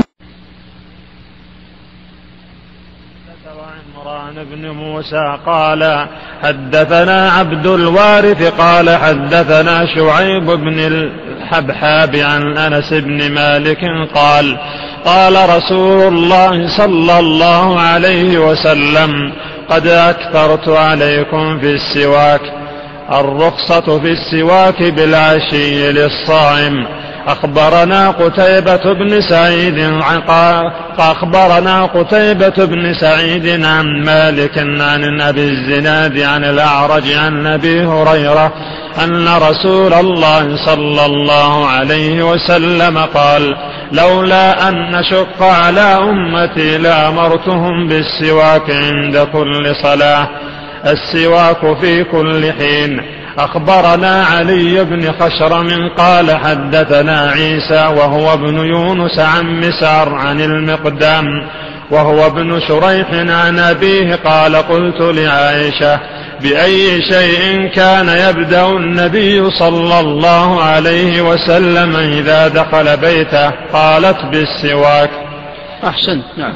عمران بن موسى قال حدثنا عبد الوارث قال حدثنا شعيب بن الحبحاب عن أنس بن مالك قال قال رسول الله صلى الله عليه وسلم قد أكثرت عليكم في السواك. الرخصة في السواك بالعشي للصائم. أخبرنا قتيبة بن سعيد أخبرنا قتيبة بن سعيد عن مالك عن أبي الزناد عن الأعرج عن أبي هريرة أن رسول الله صلى الله عليه وسلم قال لولا أن نشق على أمتي لأمرتهم بالسواك عند كل صلاة. السواك في كل حين. أخبرنا علي بن خشرم قال حدثنا عيسى وهو ابن يونس عن مسعر عن المقدام وهو ابن شريح عن أبيه قال قلت لعائشة بأي شيء كان يبدأ النبي صلى الله عليه وسلم إذا دخل بيته؟ قالت بالسواك. أحسنت. نعم.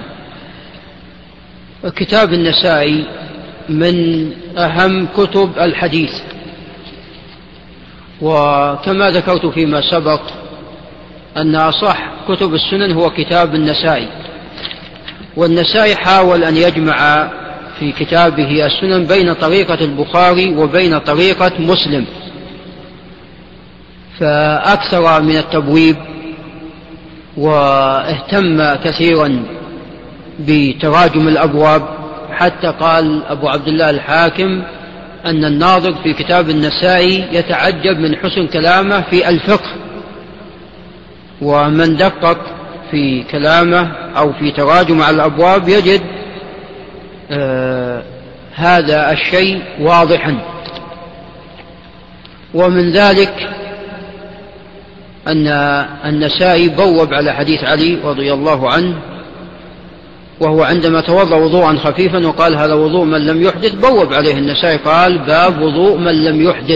كتاب النسائي من أهم كتب الحديث، وكما ذكرت فيما سبق أن أصح كتب السنن هو كتاب النسائي، والنسائي حاول أن يجمع في كتابه السنن بين طريقة البخاري وبين طريقة مسلم، فأكثر من التبويب واهتم كثيرا بتراجم الأبواب، حتى قال أبو عبد الله الحاكم أن الناظر في كتاب النسائي يتعجب من حسن كلامه في الفقه، ومن دقق في كلامه أو في تراجم على الأبواب يجد آه هذا الشيء واضحا. ومن ذلك أن النسائي بوب على حديث علي رضي الله عنه، وهو عندما توضأ وضوءا خفيفا وقال هذا وضوء من لم يحدث، بوب عليه النسائي قال باب وضوء من لم يحدث.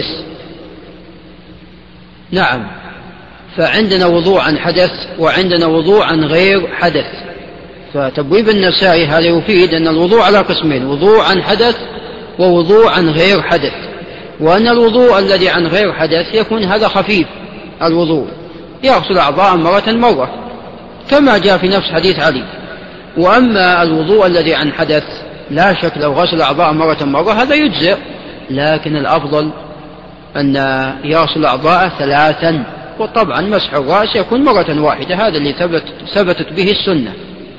نعم، فعندنا وضوء عن حدث وعندنا وضوء عن غير حدث، فتبويب النسائي هذا يفيد أن الوضوء على قسمين: وضوء عن حدث ووضوء عن غير حدث، وأن الوضوء الذي عن غير حدث يكون هذا خفيف الوضوء، يغسل أعضاء مرة مرة كما جاء في نفس حديث علي. وأما الوضوء الذي عن حدث لا شك لو غسل أعضاء مرة مرة هذا يجزئ، لكن الأفضل أن يغسل أعضاء ثلاثا، وطبعا مسح الرأس يكون مرة واحدة، هذا اللي ثبت ثبتت به السنة.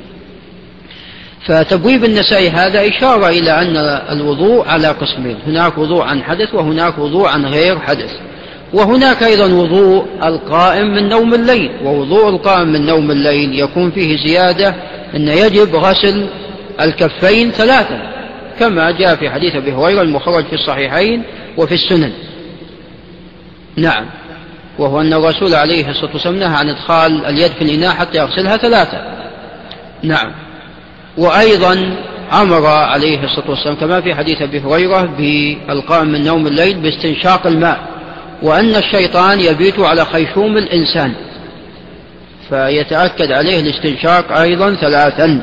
فتبويب النسائي هذا إشارة إلى أن الوضوء على قسمين: هناك وضوء عن حدث وهناك وضوء عن غير حدث. وهناك أيضا وضوء القائم من نوم الليل، ووضوء القائم من نوم الليل يكون فيه زيادة أن يجب غسل الكفين ثلاثا، كما جاء في حديث أبي هريرة المخرج في الصحيحين وفي السنن. نعم، وهو أن الرسول عليه الصلاة والسلام نهى عن إدخال اليد في الإناء حتى يغسلها ثلاثا. نعم، وأيضا أمر عليه الصلاة والسلام كما في حديث أبي هريرة بالقائم من نوم الليل باستنشاق الماء، وأن الشيطان يبيت على خيشوم الإنسان فيتأكد عليه الاستنشاق أيضا ثلاثا.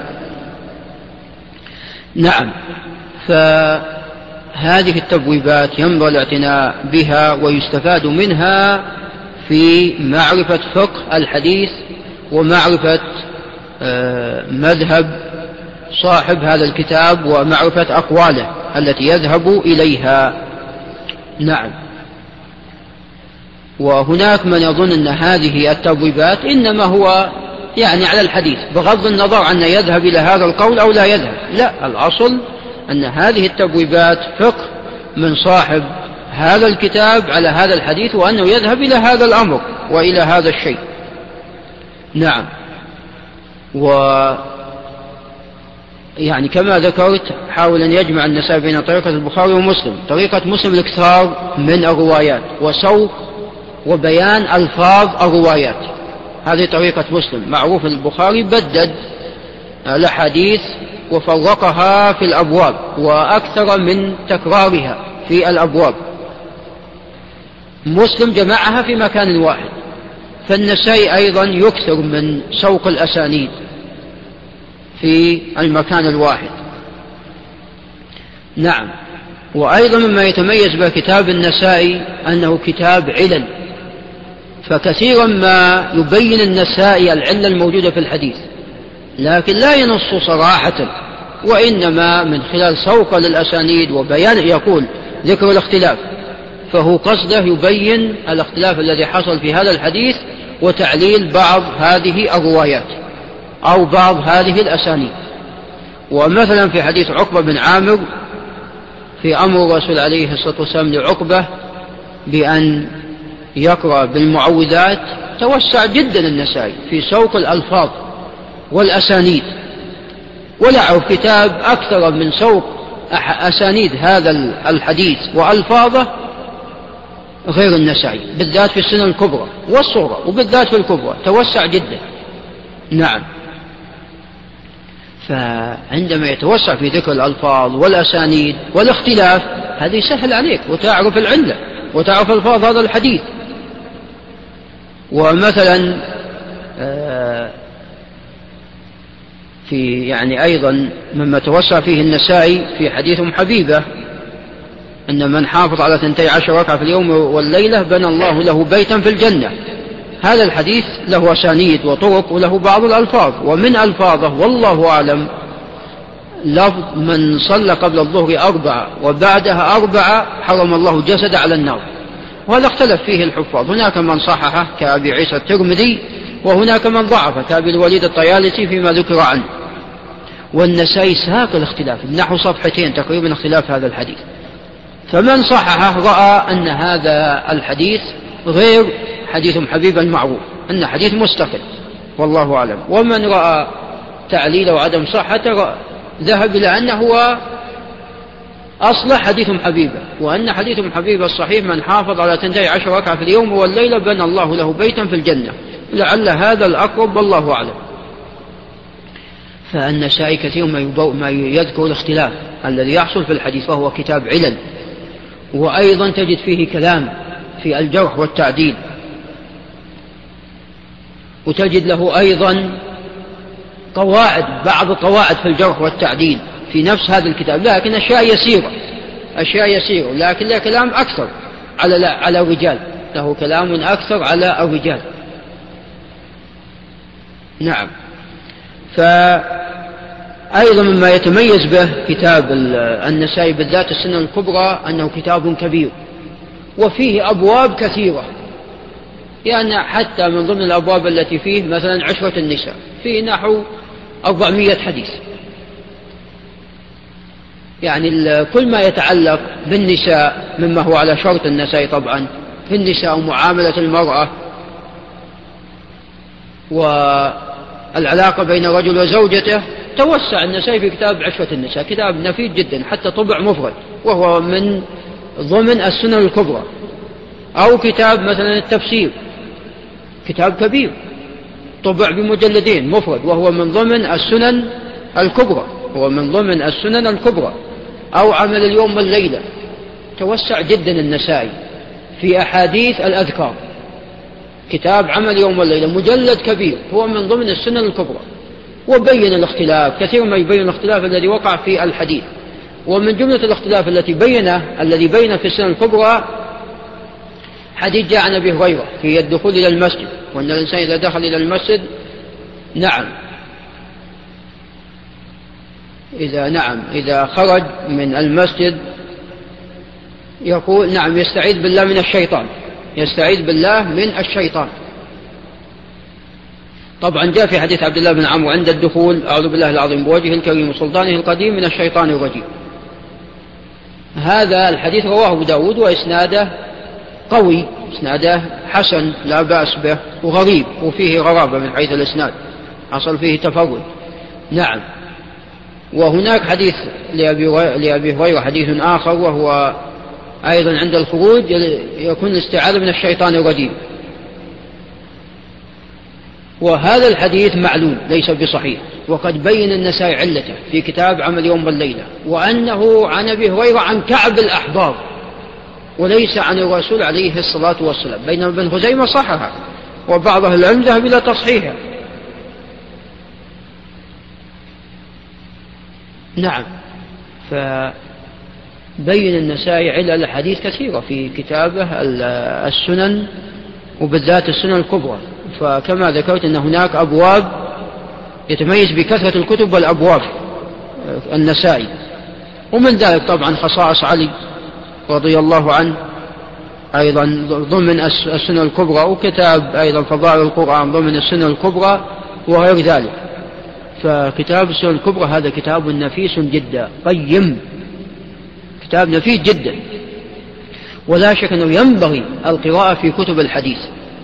نعم، فهذه التبويبات ينبغي الاعتناء بها ويستفاد منها في معرفة فقه الحديث ومعرفة مذهب صاحب هذا الكتاب ومعرفة أقواله التي يذهب إليها. نعم، وهناك من يظن أن هذه التبويبات إنما هو يعني على الحديث بغض النظر عن يذهب إلى هذا القول أو لا يذهب. لا، الأصل أن هذه التبويبات فقه من صاحب هذا الكتاب على هذا الحديث، وأنه يذهب إلى هذا الأمر وإلى هذا الشيء. نعم، و يعني كما ذكرت حاول أن يجمع النسائي بين طريقة البخاري ومسلم. طريقة مسلم الاكثار من الروايات وسوق وبيان ألفاظ الروايات، هذه طريقة مسلم. معروف البخاري بدد الأحاديث وفرقها في الأبواب وأكثر من تكرارها في الأبواب. مسلم جمعها في مكان واحد. فالنسائي أيضا يكثر من سوق الأسانيد في المكان الواحد. نعم، وأيضا مما يتميز بكتاب النسائي أنه كتاب علل، فكثيرا ما يبين النسائي العلة الموجودة في الحديث، لكن لا ينص صراحة، وإنما من خلال سوق للأسانيد وبيان يقول ذكر الاختلاف، فهو قصده يبين الاختلاف الذي حصل في هذا الحديث وتعليل بعض هذه الروايات أو بعض هذه الأسانيد. ومثلا في حديث عقبة بن عامر في أمر الرسول عليه الصلاة والسلام لعقبة بأن يقرأ بالمعوذات، توسع جدا النسائي في سوق الألفاظ والأسانيد، ولا أعرف كتاب أكثر من سوق أسانيد هذا الحديث وألفاظه غير النسائي، بالذات في السنن الكبرى والصغرى، وبالذات في الكبرى توسع جدا. نعم. فعندما يتوسع في ذكر الألفاظ والأسانيد والاختلاف، هذه سهل عليك وتعرف العلة وتعرف ألفاظ هذا الحديث. ومثلا في يعني أيضا مما توسع فيه النسائي في حديث أم حبيبة أن من حافظ على ثنتي عشر ركعة في اليوم والليلة بنى الله له بيتا في الجنة. هذا الحديث له أسانيد وطرق وله بعض الألفاظ، ومن ألفاظه والله أعلم لفظ من صلى قبل الظهر أربعة وبعدها أربعة حرم الله جسد على النار، وهذا اختلف فيه الحفاظ، هناك من صححه كأبي عيسى الترمذي، وهناك من ضعفه كأبي الوليد الطيالسي فيما ذكر عنه. والنسائي ساق الاختلاف نحو صفحتين تقريبا اختلاف هذا الحديث، فمن صححه رأى أن هذا الحديث غير حديث أم حبيبة المعروف، أن حديث مستقل والله أعلم. ومن رأى تعليل وعدم صحته ذهب إلى أنه هو أصل حديث أم حبيبة، وأن حديث أم حبيبة الصحيح من حافظ على تنتهي عشر ركعة في اليوم والليلة بنى الله له بيتا في الجنة، لعل هذا الأقرب والله أعلم. فالنسائي كثير ما يذكر الاختلاف الذي يحصل في الحديث، وهو كتاب علل، وأيضا تجد فيه كلام في الجرح والتعديل، وتجد له أيضا قواعد، بعض القواعد في الجرح والتعديل في نفس هذا الكتاب، لكن أشياء يسيرة أشياء يسيرة لكن له كلام أكثر على على الرجال، له كلام أكثر على الرجال. نعم. فأيضا مما يتميز به كتاب النسائي بالذات السنن الكبرى أنه كتاب كبير وفيه أبواب كثيرة، يعني حتى من ضمن الأبواب التي فيه مثلا عشرة النساء فيه نحو أربعمائة حديث، يعني كل ما يتعلق بالنساء مما هو على شرط النسائي طبعا في النساء ومعاملة المرأة والعلاقة بين الرجل وزوجته، توسع النسائي في كتاب عشرة النساء، كتاب نفيس جدا حتى طبع مفرد وهو من ضمن السنن الكبرى. أو كتاب مثلا التفسير، كتاب كبير طبع بمجلدين مفرد وهو من ضمن السنن الكبرى هو من ضمن السنن الكبرى. أو عمل اليوم والليلة، توسع جدا النسائي في أحاديث الأذكار، كتاب عمل يوم والليلة مجلد كبير هو من ضمن السنن الكبرى، وبين الاختلاف كثير ما يبين الاختلاف الذي وقع في الحديث. ومن جملة الاختلاف التي بينه الذي بين في السنن الكبرى حديث جاء عن أبي هريرة في الدخول إلى المسجد، وأن الإنسان إذا دخل إلى المسجد نعم إذا نعم إذا خرج من المسجد يقول نعم يستعيذ بالله من الشيطان يستعيذ بالله من الشيطان. طبعا جاء في حديث عبد الله بن عمرو عند الدخول أعوذ بالله العظيم بوجهه الكريم وسلطانه القديم من الشيطان الرجيم. هذا الحديث رواه أبو داود وإسناده قوي، إسناده حسن لا بأس به، وغريب وفيه غرابة من حيث الإسناد، حصل فيه تفرد. نعم. وهناك حديث لأبي هريرة حديث آخر وهو أيضا عند الخروج يكون الاستعاذة من الشيطان الرجيم، وهذا الحديث معلول ليس بصحيح، وقد بين النسائي علته في كتاب عمل يوم والليلة، وأنه عن أبي هريرة عن كعب الأحبار وليس عن الرسول عليه الصلاة والسلام، بينما ابن خزيمة صححه وبعض أهل العلم ذهب إلى تصحيحه. نعم. فبين النسائي علل الحديث كثيرة في كتابه السنن وبالذات السنن الكبرى. فكما ذكرت أن هناك أبواب يتميز بكثرة الكتب والأبواب النسائي، ومن ذلك طبعا خصائص علي رضي الله عنه أيضا ضمن السنن الكبرى، وكتاب أيضا فضائل القرآن ضمن السنن الكبرى وغير ذلك. فكتاب السنن الكبرى هذا كتاب نفيس جدا قيم، كتاب نفيس جدا، ولا شك أنه ينبغي القراءة في كتب الحديث،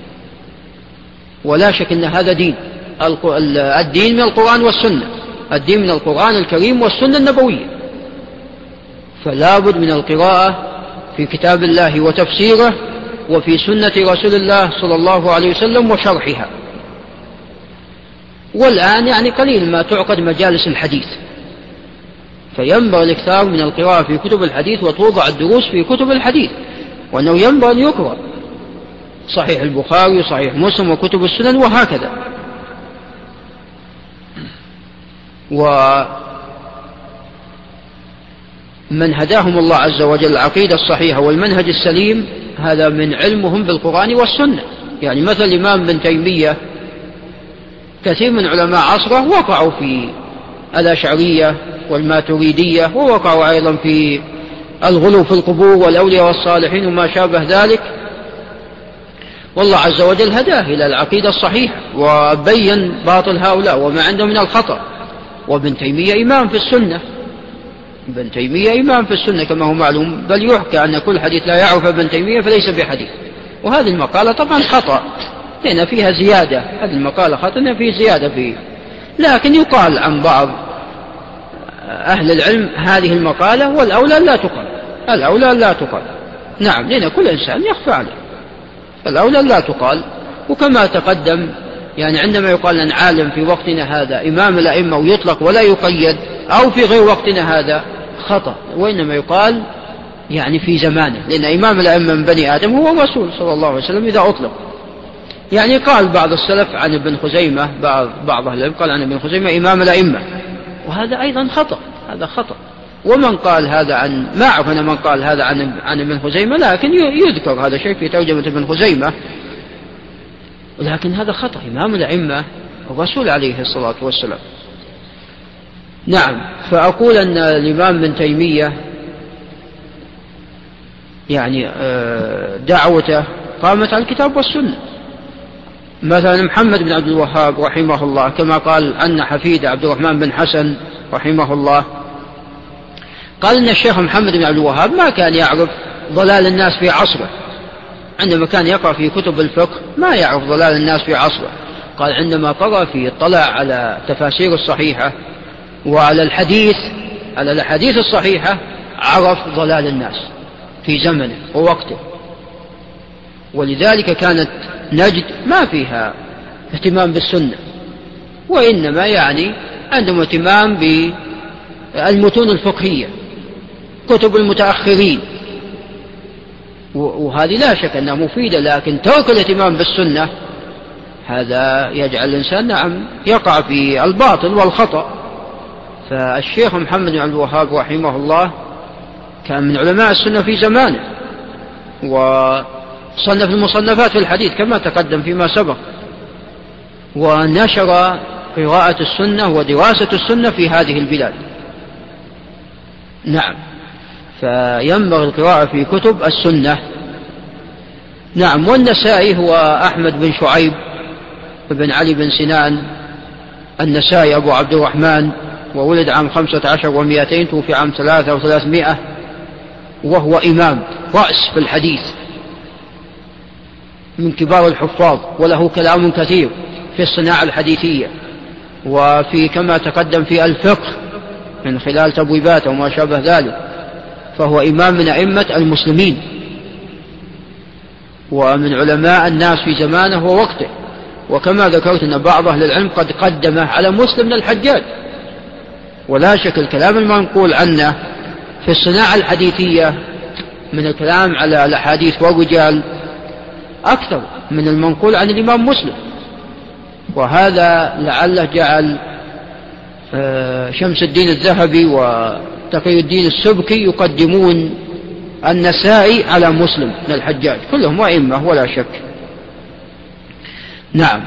ولا شك أن هذا دين، الدين من القرآن والسنة، الدين من القرآن الكريم والسنة النبوية، فلا بد من القراءة في كتاب الله وتفسيره وفي سنة رسول الله صلى الله عليه وسلم وشرحها. والآن يعني قليل ما تعقد مجالس الحديث، فينبغي الاكثار من القراءة في كتب الحديث وتوضع الدروس في كتب الحديث، وأنه ينبغي أن يقرأ صحيح البخاري وصحيح مسلم وكتب السنن وهكذا. ومن هداهم الله عز وجل العقيدة الصحيحة والمنهج السليم هذا من علمهم بالقرآن والسنة. يعني مثل الإمام ابن تيمية كثير من علماء عصره وقعوا في الأشعرية والماتريدية، ووقعوا أيضا في الغلو في القبور والأولياء والصالحين وما شابه ذلك، والله عز وجل هداه إلى العقيدة الصحيحة وبين باطل هؤلاء وما عنده من الخطأ. وابن تيمية إمام في السنة، ابن تيمية إمام في السنة كما هو معلوم، بل يحكى أن كل حديث لا يعرف ابن تيمية فليس بحديث. وهذه المقالة طبعا خطأ لأن فيها زيادة، هذه المقالة خطأ لأن فيه زيادة فيه، لكن يقال عن بعض أهل العلم هذه المقالة، والأولى لا تقال، الأولى لا تقال. نعم، لأن كل إنسان يخفى عليه، الأولى لا تقال. وكما تقدم يعني عندما يقال أن عالم في وقتنا هذا إمام الأئمة ويطلق ولا يقيد، أو في غير وقتنا هذا خطأ، وإنما يقال يعني في زمانه، لأن إمام الأئمة من بني آدم هو الرسول صلى الله عليه وسلم إذا أطلق. يعني قال بعض السلف عن ابن خزيمة، بعض بعض أهل العلم قال عن ابن خزيمة إمام الأئمة، وهذا أيضا خطأ، هذا خطأ. ومن قال هذا عن، ما أعرف أن من قال هذا عن عن ابن خزيمة، لكن يذكر هذا شيء في ترجمة ابن خزيمة، ولكن هذا خطأ. إمام الأئمة الرسول عليه الصلاة والسلام. نعم، فأقول أن الإمام ابن تيمية يعني دعوته قامت على الكتاب والسنة. مثلا محمد بن عبد الوهاب رحمه الله كما قال أن حفيد عبد الرحمن بن حسن رحمه الله قال أن الشيخ محمد بن عبد الوهاب ما كان يعرف ضلال الناس في عصره، عندما كان يقرأ في كتب الفقه ما يعرف ضلال الناس في عصره. قال عندما قرأ في اطلع على تفاسير الصحيحة وعلى الحديث، على الحديث الصحيحة، عرف ضلال الناس في زمنه ووقته. ولذلك كانت نجد ما فيها اهتمام بالسنة، وإنما يعني عندهم اهتمام بالمتون الفقهية، كتب المتأخرين، وهذه لا شك أنها مفيدة، لكن ترك الاهتمام بالسنة هذا يجعل الإنسان نعم يقع في الباطل والخطأ. فالشيخ محمد بن عبد الوهاب رحمه الله كان من علماء السنة في زمانه، وصنف المصنفات في الحديث كما تقدم فيما سبق، ونشر قراءة السنة ودراسة السنة في هذه البلاد. نعم، فينبغي القراءة في كتب السنة. نعم، والنسائي هو أحمد بن شعيب بن علي بن سنان النسائي أبو عبد الرحمن، وولد عام خمسة عشر ومئتين، توفي عام ثلاثة وثلاثمائة، وهو إمام رأس في الحديث من كبار الحفاظ، وله كلام كثير في الصناعة الحديثية وفي كما تقدم في الفقه من خلال تبويباته وما شابه ذلك. فهو إمام من أئمة المسلمين ومن علماء الناس في زمانه ووقته. وكما ذكرت أن بعض أهل العلم قد قدمه على مسلم بن الحجاج، ولا شك الكلام المنقول عنه في الصناعة الحديثية من الكلام على الأحاديث والرجال أكثر من المنقول عن الإمام مسلم. وهذا لعله جعل شمس الدين الذهبي وتقي الدين السبكي يقدمون النسائي على مسلم بن الحجاج، كلهم أئمة ولا شك. نعم.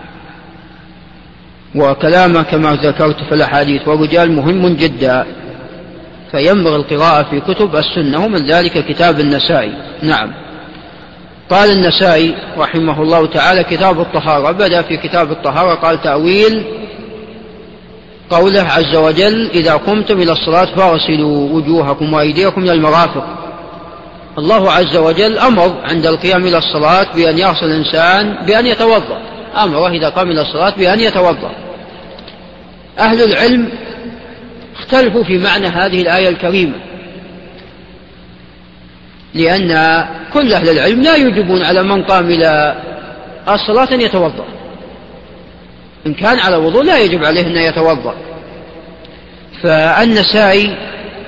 وكلامه كما ذكرت في الأحاديث والرجال مهم جدا، فينبغي القراءة في كتب السنة، ومن ذلك كتاب النسائي. نعم. قال النسائي رحمه الله تعالى: كتاب الطهارة. بدأ في كتاب الطهارة قال: تأويل قوله عز وجل: إذا قمتم إلى الصلاة فاغسلوا وجوهكم وأيديكم إلى المرافق. الله عز وجل أمر عند القيام إلى الصلاة بأن يغسل الإنسان بأن يتوضأ، أمره إذا قام إلى الصلاة بأن يتوضأ. أهل العلم اختلفوا في معنى هذه الآية الكريمة، لأن كل أهل العلم لا يجبون على من قام إلى الصلاة أن يتوضأ، إن كان على وضوء لا يجب عليه أن يتوضأ. فالنسائي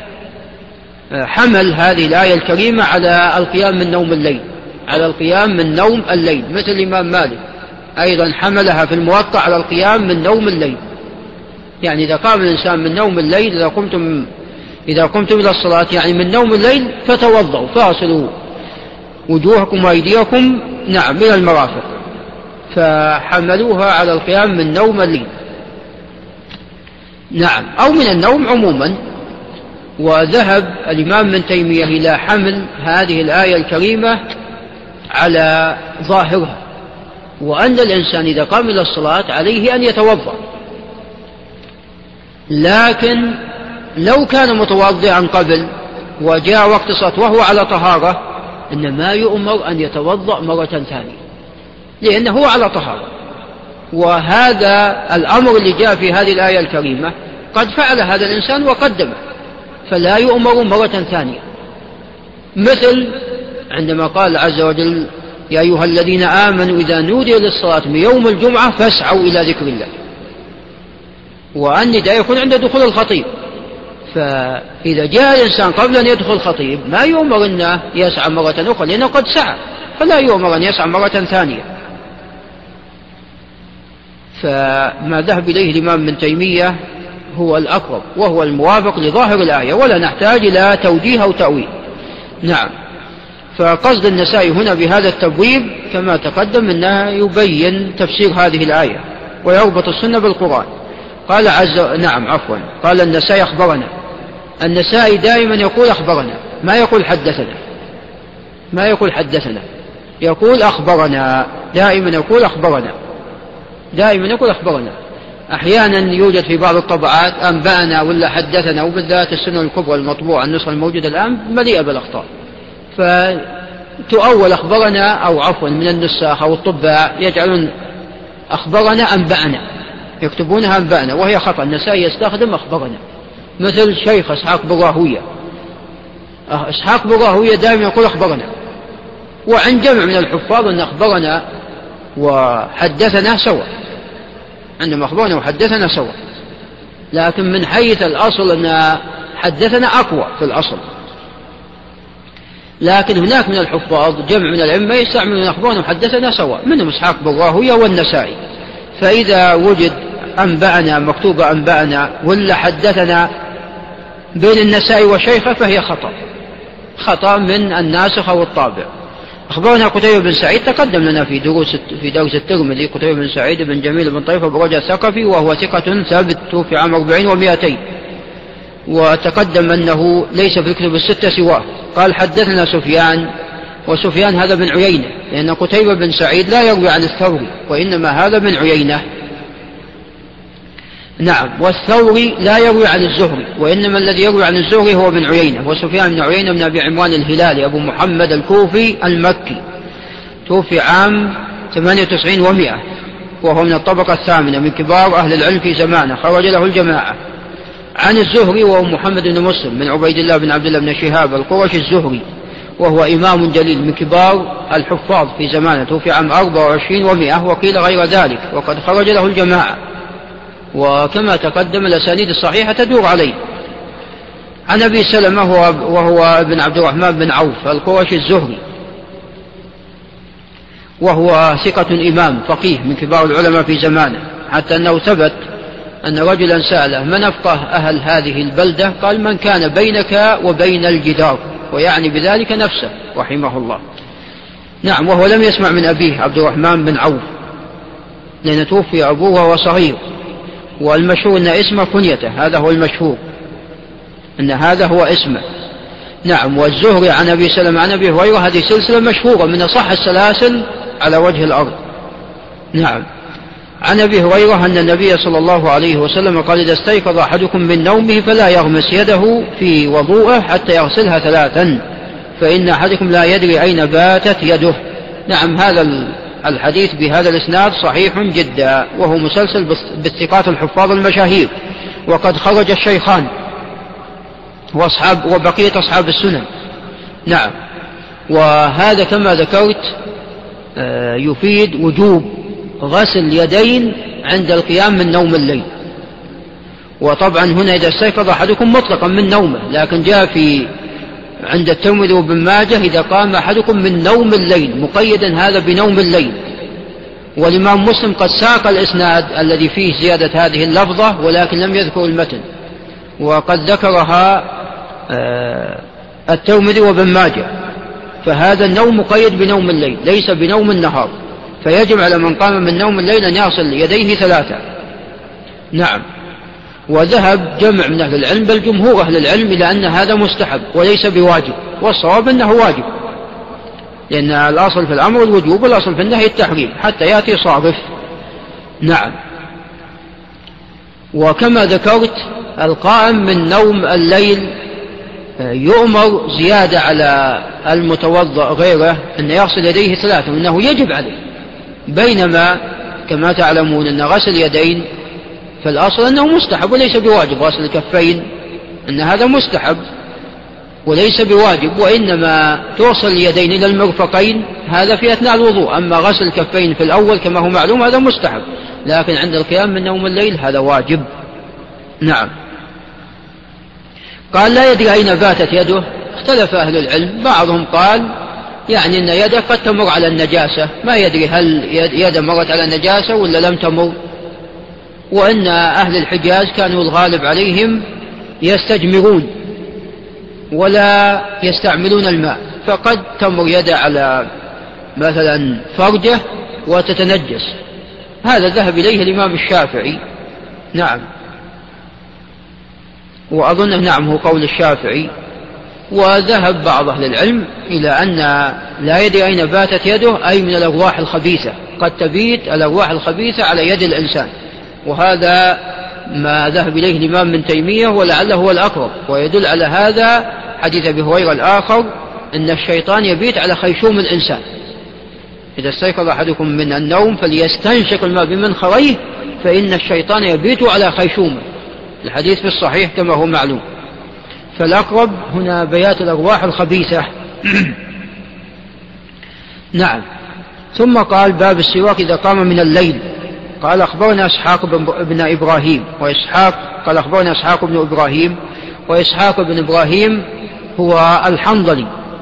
حمل هذه الآية الكريمة على القيام من نوم الليل، على القيام من نوم الليل، مثل الإمام مالك أيضا حملها في الموطأ على القيام من نوم الليل. يعني إذا قام الإنسان من نوم الليل، إذا قمتم إذا قمتم إلى الصلاة يعني من نوم الليل فتوضأوا فاغسلوا وجوهكم وأيديكم نعم من المرافق، فحملوها على القيام من نوم الليل نعم أو من النوم عموما. وذهب الإمام ابن تيمية إلى حمل هذه الآية الكريمة على ظاهرها، وأن الإنسان إذا قام إلى الصلاة عليه أن يتوضأ، لكن لو كان متوضئا قبل وجاء وقت الصلاة وهو على طهارة إنما يؤمر أن يتوضأ مرة ثانية، لأنه على طهارة. وهذا الأمر اللي جاء في هذه الآية الكريمة قد فعل هذا الإنسان وقدمه، فلا يؤمر مرة ثانية. مثل عندما قال عز وجل: يا أيها الذين آمنوا إذا نودي للصلاة من يوم الجمعة فاسعوا إلى ذكر الله، والنداء يكون عند دخول الخطيب. فإذا جاء الإنسان قبل أن يدخل الخطيب ما يؤمر أنه يسعى مرة أخرى، لأنه قد سعى، فلا يؤمر أن يسعى مرة ثانية. فما ذهب إليه الإمام ابن تيمية هو الأقرب وهو الموافق لظاهر الآية، ولا نحتاج إلى توجيه أو تأويل. نعم. فقصد النسائي هنا بهذا التبويب كما تقدم أنه يبين تفسير هذه الآية ويربط السنة بالقرآن. قال عز نعم عفوا قال النسائي: أخبرنا. النسائي دائما يقول أخبرنا، ما يقول حدثنا، ما يقول حدثنا، يقول أخبرنا، دائما يقول أخبرنا، دائما يقول أخبرنا. أحيانا يوجد في بعض الطبعات أنبأنا ولا حدثنا، وبالذات السنة الكبرى المطبوعة النسخة الموجودة الآن مليئة بالأخطاء، فتؤول أخبرنا أو عفوا من النساخ أو الطباع يجعلون أخبرنا أنبأنا، يكتبونها أنبأنا، وهي خطأ. النسائي يستخدم أخبرنا، مثل شيخ إسحاق بن راهوية، إسحاق بن راهوية دائما يقول أخبرنا. وعند جمع من الحفاظ أن أخبرنا وحدثنا سوا، عندما أخبرنا وحدثنا سوا، لكن من حيث الأصل أن حدثنا أقوى في الأصل. لكن هناك من الحفاظ جمع من العلم يستعملون أخبرنا وحدثنا سوا، منهم إسحاق بن راهوية والنسائي. فإذا وجد أنبأنا مكتوبة أنبأنا ولا حدثنا بين النسائي وشيخه فهي خطأ، خطأ من الناسخ أو الطابع. أخبرنا قتيبة بن سعيد تقدم لنا في دروس في درس الترمذي، قتيبة بن سعيد بن جميل بن طريف بن رجاء الثقفي، وهو ثقة ثابت في عام أربعين ومائتين، وتقدم أنه ليس في الكتب الستة سواه. قال حدثنا سفيان، وسفيان هذا بن عيينة، لأن قتيبة بن سعيد لا يروي عن الثوري، وإنما هذا بن عيينة. نعم. والثوري لا يروي عن الزهري، وإنما الذي يروي عن الزهري هو بن عيينة. وسفيان بن عيينة بن أبي عمران الهلالي أبو محمد الكوفي المكي، توفي عام ثمانية وتسعين ومائة، وهو من الطبقة الثامنة من كبار أهل العلم في زمانه، خرج له الجماعة. عن الزهري وهو محمد بن مسلم بن عبيد الله بن عبد الله بن شهاب القرشي الزهري، وهو إمام جليل من كبار الحفاظ في زمانه، توفي عام أربعة وعشرين ومائة، وقيل غير ذلك، وقد خرج له الجماعة. وكما تقدم الأسانيد الصحيحة تدور عليه. عن أبي سلمة وهو ابن عبد الرحمن بن عوف القرشي الزهري، وهو ثقة إمام فقيه من كبار العلماء في زمانه، حتى أنه ثبت أن رجلا سأله: من أفقه أهل هذه البلدة؟ قال: من كان بينك وبين الجدار، ويعني بذلك نفسه رحمه الله. نعم. وهو لم يسمع من أبيه عبد الرحمن بن عوف، لأن توفي أبوه وهو صغير، والمشهور أن اسمه كنيته، هذا هو المشهور أن هذا هو اسمه. نعم. والزهري عن أبي سلمة عن أبي هريرة، هذه سلسلة مشهورة من أصح السلاسل على وجه الأرض. نعم. عن أبي هريرة أن النبي صلى الله عليه وسلم قال: إذا استيقظ أحدكم من نومه فلا يغمس يده في وضوءه حتى يغسلها ثلاثا، فإن أحدكم لا يدري أين باتت يده. نعم. هذا الحديث بهذا الإسناد صحيح جدا، وهو مسلسل بالثقات الحفاظ المشاهير، وقد خرج الشيخان وأصحاب وبقية أصحاب السنن. نعم. وهذا كما ذكرت يفيد وجوب غسل اليدين عند القيام من نوم الليل. وطبعا هنا إذا استيقظ أحدكم مطلقا من نومه، لكن جاء في عند الترمذي وابن ماجه إذا قام أحدكم من نوم الليل، مقيدا هذا بنوم الليل. والإمام مسلم قد ساق الإسناد الذي فيه زيادة هذه اللفظة، ولكن لم يذكر المتن، وقد ذكرها الترمذي وابن ماجه. فهذا النوم مقيد بنوم الليل ليس بنوم النهار، فيجب على من قام من نوم الليل أن يغسل يديه ثلاثة. نعم. وذهب جمع من أهل العلم بل جمهور أهل العلم إلى أن هذا مستحب وليس بواجب، والصواب أنه واجب، لأن الأصل في الأمر الوجوب والأصل في النهي التحريم حتى يأتي صارف. نعم. وكما ذكرت القائم من نوم الليل يؤمر زيادة على المتوضأ غيره أن يغسل يديه ثلاثة، وأنه يجب عليه، بينما كما تعلمون أن غسل اليدين فالأصل أنه مستحب وليس بواجب. غسل الكفين أن هذا مستحب وليس بواجب، وإنما توصل اليدين إلى المرفقين هذا في أثناء الوضوء. أما غسل الكفين في الأول كما هو معلوم هذا مستحب، لكن عند القيام من نوم الليل هذا واجب. نعم. قال: لا يدري أين باتت يده. اختلف أهل العلم، بعضهم قال يعني أن يده قد تمر على النجاسة، ما يدري هل يده مرت على النجاسة ولا لم تمر، وأن أهل الحجاز كانوا الغالب عليهم يستجمرون ولا يستعملون الماء، فقد تمر يده على مثلا فرجه وتتنجس. هذا ذهب إليه الإمام الشافعي. نعم. وأظنه نعم هو قول الشافعي. وذهب بعض أهل العلم إلى أن لا يدري أين باتت يده أي من الأرواح الخبيثة، قد تبيت الأرواح الخبيثة على يد الإنسان، وهذا ما ذهب إليه الإمام ابن تيمية ولعله هو الأقرب. ويدل على هذا حديث أبي هريرة الآخر أن الشيطان يبيت على خيشوم الإنسان، إذا استيقظ أحدكم من النوم فليستنشق الماء بمنخريه فإن الشيطان يبيت على خيشومه. الحديث في الصحيح كما هو معلوم. فالأقرب هنا بيات الأرواح الخبيثة. نعم. ثم قال: باب السواك إذا قام من الليل. قال: أخبرنا إسحاق بن إبراهيم وإسحاق قال أخبرنا إسحاق بن إبراهيم وإسحاق بن إبراهيم هو الحنظلي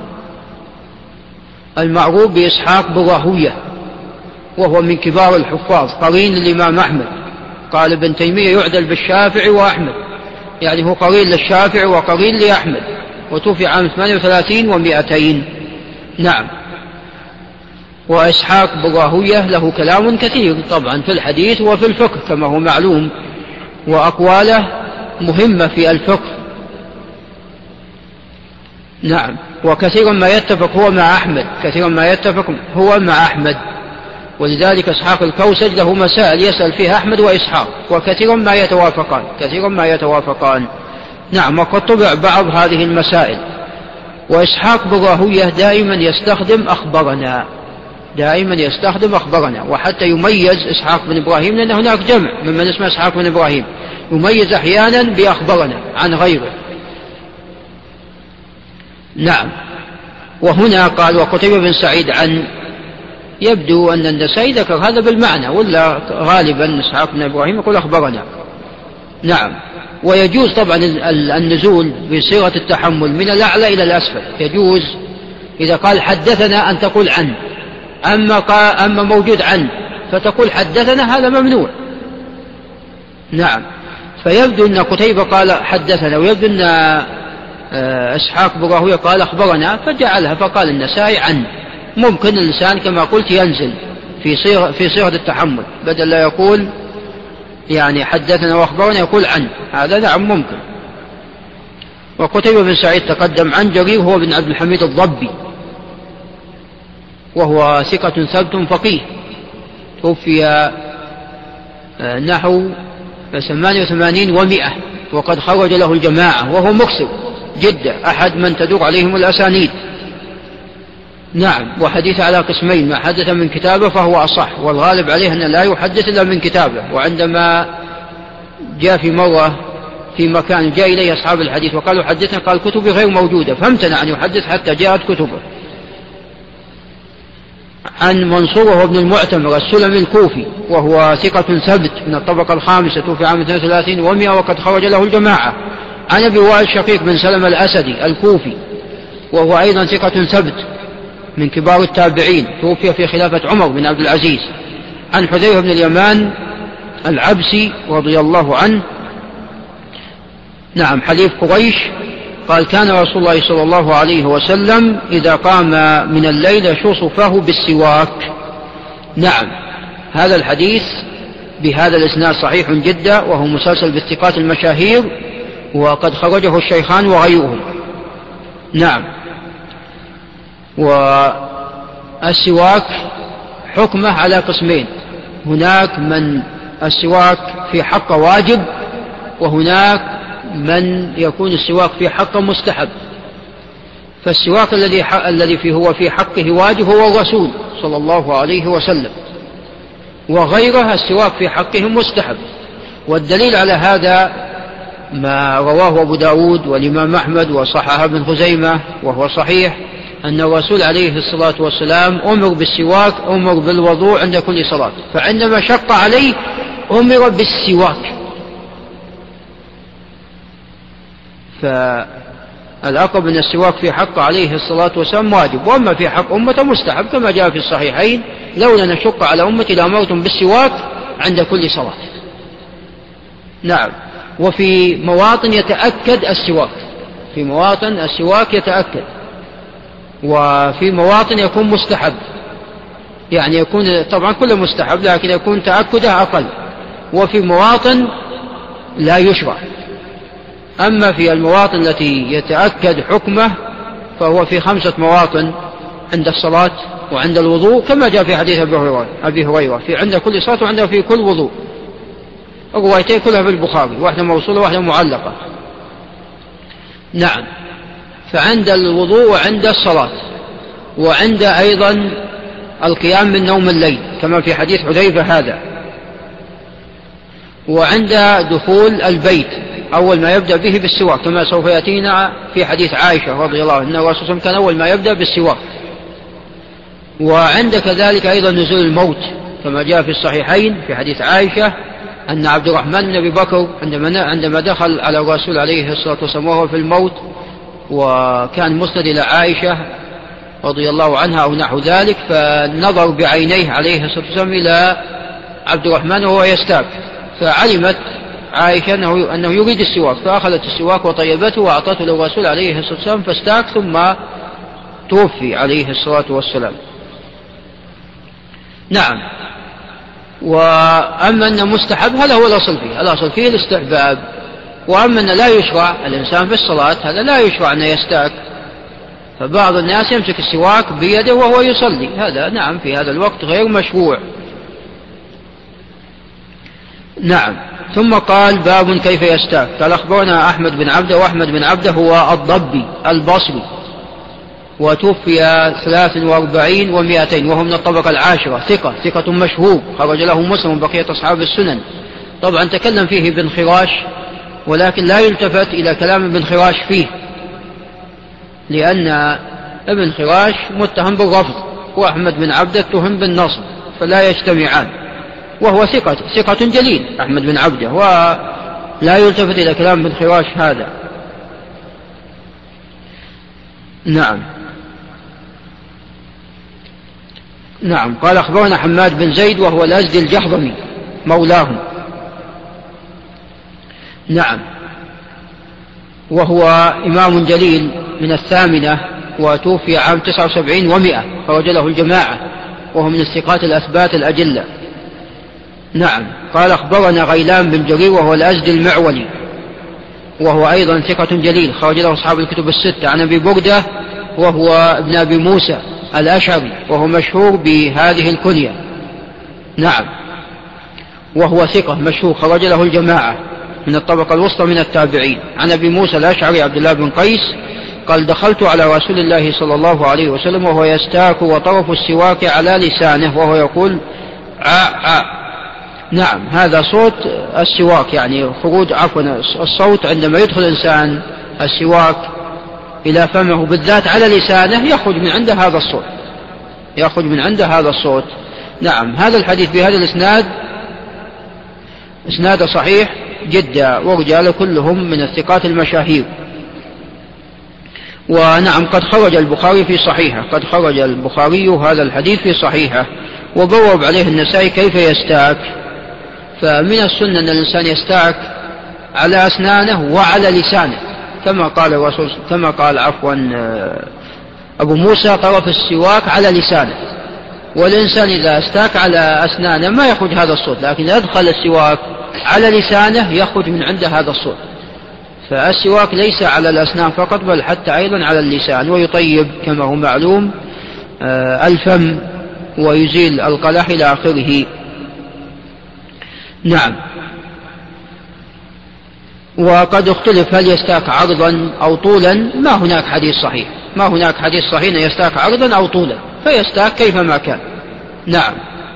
المعروف بإسحاق بن راهوية، وهو من كبار الحفاظ قرين للإمام أحمد. قال ابن تيمية يعدل بالشافعي وأحمد، يعني هو قرين للشافعي وقرين لأحمد، وتوفي عام ثمانية وثلاثين ومائتين. نعم. وإسحاق بن راهوية له كلام كثير طبعا في الحديث وفي الفقه كما هو معلوم، وأقواله مهمة في الفقه. نعم. وكثيرا ما يتفق هو مع أحمد، كثيرا ما يتفق هو مع أحمد، ولذلك إسحاق الكوسج له مسائل يسأل فيها أحمد وإسحاق، وكثيرا ما يتوافقان كثيرا ما يتوافقان. نعم. وقد طبع بعض هذه المسائل. وإسحاق بن راهوية دائما يستخدم أخبرنا، دائما يستخدم أخبرنا، وحتى يميز إسحاق بن إبراهيم، لأن هناك جمع ممن اسمه إسحاق بن إبراهيم، يميز أحيانا بأخبرنا عن غيره. نعم. وهنا قال: وقتيبة بن سعيد عن، يبدو أن النسائي ذكر هذا بالمعنى، ولا غالبا إسحاق بن إبراهيم يقول أخبرنا. نعم. ويجوز طبعا النزول بصيغة التحمل من الأعلى إلى الأسفل، يجوز إذا قال حدثنا أن تقول عن، أما, قال أما موجود عن فتقول حدثنا هذا ممنوع. نعم. فيبدو أن قتيبة قال حدثنا، ويبدو أن إسحاق بن راهوية قال أخبرنا، فجعلها فقال النسائي عن. ممكن الإنسان كما قلت ينزل في صيغة, في صيغة التحمل، بدل لا يقول يعني حدثنا وأخبرنا يقول عن، هذا نعم ممكن. وقتيبة بن سعيد تقدم عن جرير هو بن عبد الحميد الضبي، وهو ثقة ثبت فقيه، توفي نحو ثمانية وثمانين ومئة، وقد خرج له الجماعة، وهو مكسر جدا، أحد من تدور عليهم الأسانيد. نعم. وحديث على قسمين، ما حدث من كتابه فهو أصح، والغالب عليه أن لا يحدث إلا من كتابه. وعندما جاء في مرة في مكان جاء إليه أصحاب الحديث وقالوا حدثنا، قال كتبي غير موجودة، فامتنع أن يحدث حتى جاءت كتبه. عن منصور وهو ابن المعتمر السلمي الكوفي، وهو ثقة ثبت من الطبقة الخامسة، توفي عام اثنين وثلاثين ومئة، وقد خرج له الجماعة. عن أبي وائل شقيق بن سلمة الأسدي الكوفي، وهو أيضا ثقة ثبت من كبار التابعين، توفي في خلافة عمر بن عبد العزيز. عن حذيفة بن اليمان العبسي رضي الله عنه، نعم، حليف قريش، قال كان رسول الله صلى الله عليه وسلم إذا قام من الليل يشوص فاه بالسواك. نعم، هذا الحديث بهذا الإسناد صحيح جدا، وهو مسلسل بالثقات المشاهير، وقد خرجه الشيخان وغيرهم. نعم. والسواك حكمه على قسمين، هناك من السواك في حق واجب، وهناك من يكون السواك في حق مستحب. فالسواك الذي الذي فيه هو في حقه واجب هو الرسول صلى الله عليه وسلم، وغيره السواك في حقه مستحب. والدليل على هذا ما رواه أبو داود والإمام أحمد وصححه ابن خزيمة وهو صحيح، أن الرسول عليه الصلاة والسلام أمر بالسواك، أمر بالوضوء عند كل صلاة، فعندما شق عليه أمر بالسواك. فالأقرب أن السواك في حق عليه الصلاة والسلام واجب، وأما في حق أمته مستحب، كما جاء في الصحيحين لولا نشق على أمتي لأمرتم بالسواك عند كل صلاة. نعم. وفي مواطن يتأكد السواك، في مواطن السواك يتأكد، وفي مواطن يكون مستحب، يعني يكون طبعا كله مستحب لكن يكون تأكده أقل، وفي مواطن لا يشرع. أما في المواطن التي يتأكد حكمه فهو في خمسة مواطن: عند الصلاة، وعند الوضوء، كما جاء في حديث أبي هريرة في عند كل صلاة وعند في كل وضوء، الروايتين كلها في البخاري، واحدة موصولة واحدة معلقة. نعم. فعند الوضوء وعند الصلاة، وعند أيضا القيام من نوم الليل كما في حديث حذيفة هذا، وعند دخول البيت أول ما يبدأ به بالسواك، كما سوف يأتينا في حديث عائشة رضي الله عنها أن الرسول صلى الله عليه وسلم كان أول ما يبدأ بالسواك. وعند كذلك أيضا نزول الموت، كما جاء في الصحيحين في حديث عائشة أن عبد الرحمن بن أبي بكر عندما عندما دخل على الرسول عليه الصلاة والسلام وهو في الموت، وكان مسند إلى عائشة رضي الله عنها أو نحو ذلك، فنظر بعينيه عليه الصلاة والسلام إلى عبد الرحمن وهو يستاك، فعلمت عائشة أنه, أنه يريد السواك، فأخذت السواك وطيبته وأعطته للرسول عليه الصلاة والسلام فاستاك، ثم توفي عليه الصلاة والسلام. نعم. وأما أن مستحب هذا هو الأصل فيه، الأصل فيه الاستحباب. وأما أن لا يشرع الإنسان في الصلاة هذا لا يشرع أن يستاك، فبعض الناس يمسك السواك بيده وهو يصلي، هذا نعم في هذا الوقت غير مشروع. نعم. ثم قال باب كيف يستاك. قال أخبرنا أحمد بن عبده، وأحمد بن عبده هو الضبي البصري، وتوفي ثلاث وأربعين ومائتين، وهو من الطبقة العاشرة، ثقة ثقة مشهور، خرج له مسلم وبقية أصحاب السنن. طبعا تكلم فيه ابن خراش، ولكن لا يلتفت إلى كلام ابن خراش فيه، لأن ابن خراش متهم بالرفض، وأحمد بن عبده اتهم بالنصب، فلا يجتمعان، وهو ثقة ثقة جليل أحمد بن عبده، ولا يلتفت إلى كلام ابن خراش هذا. نعم. نعم. قال أخبرنا حماد بن زيد وهو الأزدي الجحظمي مولاهم. نعم. وهو إمام جليل من الثامنة، وتوفي عام تسعة وسبعين ومئة، خرج له الجماعة، وهو من الثقات الأثبات الأجلة. نعم. قال أخبرنا غيلان بن جرير وهو الأزدي المعولي وهو أيضا ثقة جليل خرج له أصحاب الكتب الستة. عن أبي بردة وهو ابن أبي موسى الأشعري وهو مشهور بهذه الكنية. نعم. وهو ثقة مشهور خرج له الجماعة من الطبقة الوسطى من التابعين. عن أبي موسى الأشعري عبد الله بن قيس قال دخلت على رسول الله صلى الله عليه وسلم وهو يستاك وطرف السواك على لسانه وهو يقول عاء عاء. نعم. هذا صوت السواك، يعني خروج عفوا الصوت عندما يدخل الإنسان السواك إلى فمه بالذات على لسانه يخرج من عنده هذا الصوت، يخرج من عنده هذا الصوت. نعم. هذا الحديث بهذا الإسناد إسناد صحيح جدا ورجال كلهم من الثقات المشاهير. ونعم قد خرج البخاري في صحيحه، قد خرج البخاري هذا الحديث في صحيحه وبوب عليه النسائي كيف يستاك. فمن السنة أن الإنسان يستاك على أسنانه وعلى لسانه كما قال الرسول كما قال عفوا أبو موسى طرف السواك على لسانه. والإنسان إذا استاك على أسنانه ما يخرج هذا الصوت، لكن إذا أدخل السواك على لسانه يخرج من عنده هذا الصوت. فالسواك ليس على الأسنان فقط بل حتى أيضا على اللسان، ويطيب كما هو معلوم الفم ويزيل القلح إلى آخره. نعم. وقد اختلف هل يستاك عرضا أو طولا، ما هناك حديث صحيح، ما هناك حديث صحيح أن يستاك عرضا أو طولا، فيستاك كيفما كان. نعم.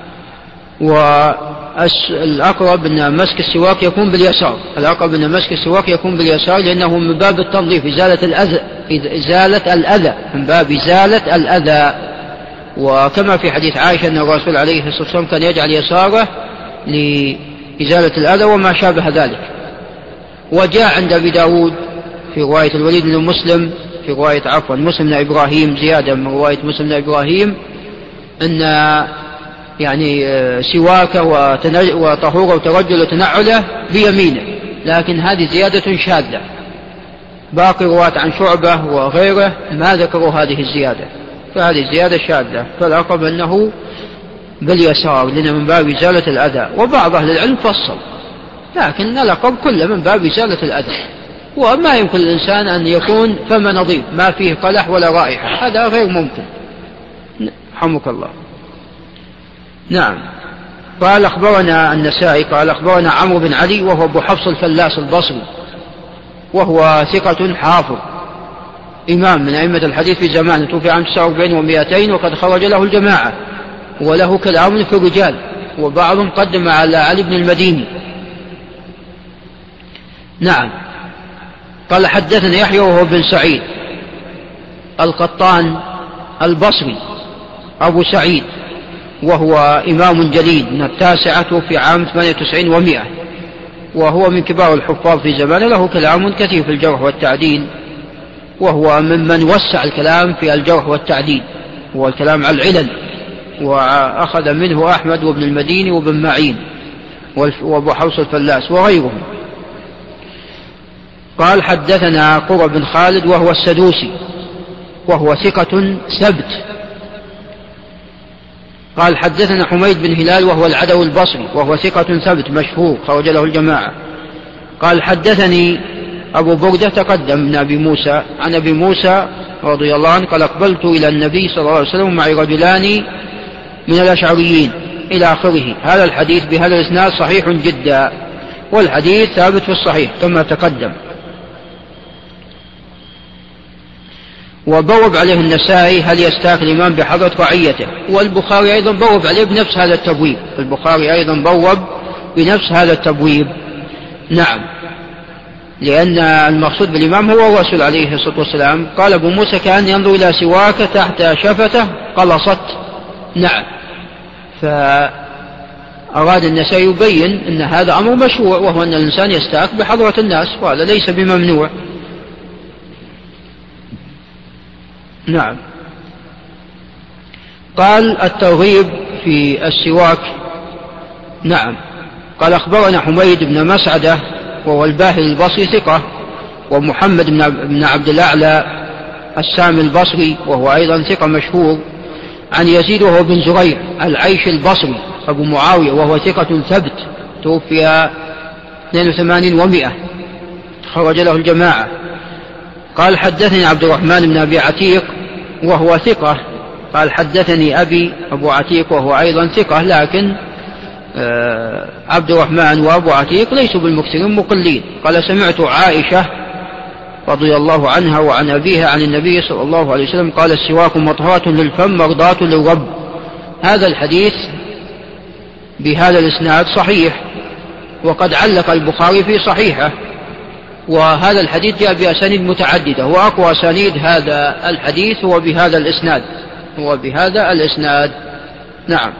والأقرب أن مسك السواك يكون باليسار، الأقرب أن مسك السواك يكون باليسار لأنه من باب التنظيف، إزالة الأذى، إزالة الأذى، من باب إزالة الأذى. وكما في حديث عائشة أن الرسول عليه الصلاة والسلام كان يجعل يساره لإزالة الأذى وما شابه ذلك. وجاء عند أبي داود في رواية الوليد بن مسلم في رواية عفوا مسلم بن إبراهيم زيادة من رواية مسلم بن إبراهيم أن يعني سواكه وطهوره وترجل وتنعله بيمينه، لكن هذه زيادة شاذة. باقي رواة عن شعبة وغيره ما ذكروا هذه الزيادة، فهذه زيادة شاذة. فالأقرب أنه باليسار لأن من باب إزالة الأذى. وبعض أهل العلم فصل، لكن الأقرب كله من باب إزالة الأذى. وما يمكن الإنسان أن يكون فم نظيف ما فيه قلح ولا رائحة، هذا غير ممكن. حمك الله. نعم. قال أخبرنا النسائي قال أخبرنا عمرو بن علي وهو أبو حفص الفلاس البصري وهو ثقة حافظ إمام من أئمة الحديث في زمانه، توفي عام تسعة وأربعين ومئتين وقد خرج له الجماعة، وله كلام في الرجال وبعضهم قدم على علي بن المديني. نعم. قال حدثنا يحيى وهو بن سعيد القطان البصري أبو سعيد وهو إمام جليل من التاسعة في عام ثمانية وتسعين ومئة، وهو من كبار الحفاظ في زمانه، له كلام كثير في الجرح والتعديل، وهو ممن وسع الكلام في الجرح والتعديل والكلام على العلل، وأخذ منه أحمد وابن المديني وابن معين وابو حوص الفلاس وغيرهم. قال حدثنا قرة بن خالد وهو السدوسي وهو ثقة ثبت. قال حدثنا حميد بن هلال وهو العدوي البصري وهو ثقة ثبت مشهور خرج له الجماعة. قال حدثني أبو بردة تقدم من أبي موسى عن أبي موسى رضي الله عنه قال أقبلت إلى النبي صلى الله عليه وسلم معي رجلان من الأشعريين إلى آخره. هذا الحديث بهذا الإسناد صحيح جدا، والحديث ثابت في الصحيح كما تقدم. وبوب عليه النسائي هل يستاك الإمام بحضرة رعيته، والبخاري أيضا بوب عليه بنفس هذا التبويب، البخاري أيضا بوب بنفس هذا التبويب. نعم. لأن المقصود بالإمام هو الرسول عليه الصلاة والسلام. قال أبو موسى كان ينظر إلى سواك تحت شفته قلصت. نعم. فأراد النسائي يبين أن هذا أمر مشروع، وهو أن الإنسان يستاك بحضرة الناس، وهذا ليس بممنوع. نعم. قال الترغيب في السواك. نعم. قال أخبرنا حميد بن مسعدة وهو الباهلي البصري ثقة، ومحمد بن عبد الأعلى السامي البصري وهو أيضا ثقة مشهور، عن يزيد وهو بن زريع العيش البصري أبو معاوية وهو ثقة ثبت، توفي اثنين وثمانين ومئة، خرج له الجماعة. قال حدثني عبد الرحمن بن أبي عتيق وهو ثقة. قال حدثني أبي أبو عتيق وهو أيضا ثقة، لكن آه عبد الرحمن وأبو عتيق ليسوا بالمكثرين مقلين. قال سمعت عائشة رضي الله عنها وعن أبيها عن النبي صلى الله عليه وسلم قال السواك مطهرة للفم مرضاة للرب. هذا الحديث بهذا الإسناد صحيح، وقد علق البخاري في صحيحه، وهذا الحديث جاء بأسانيد متعددة، وأقوى أسانيد هذا الحديث هو بهذا الإسناد هو بهذا الإسناد نعم.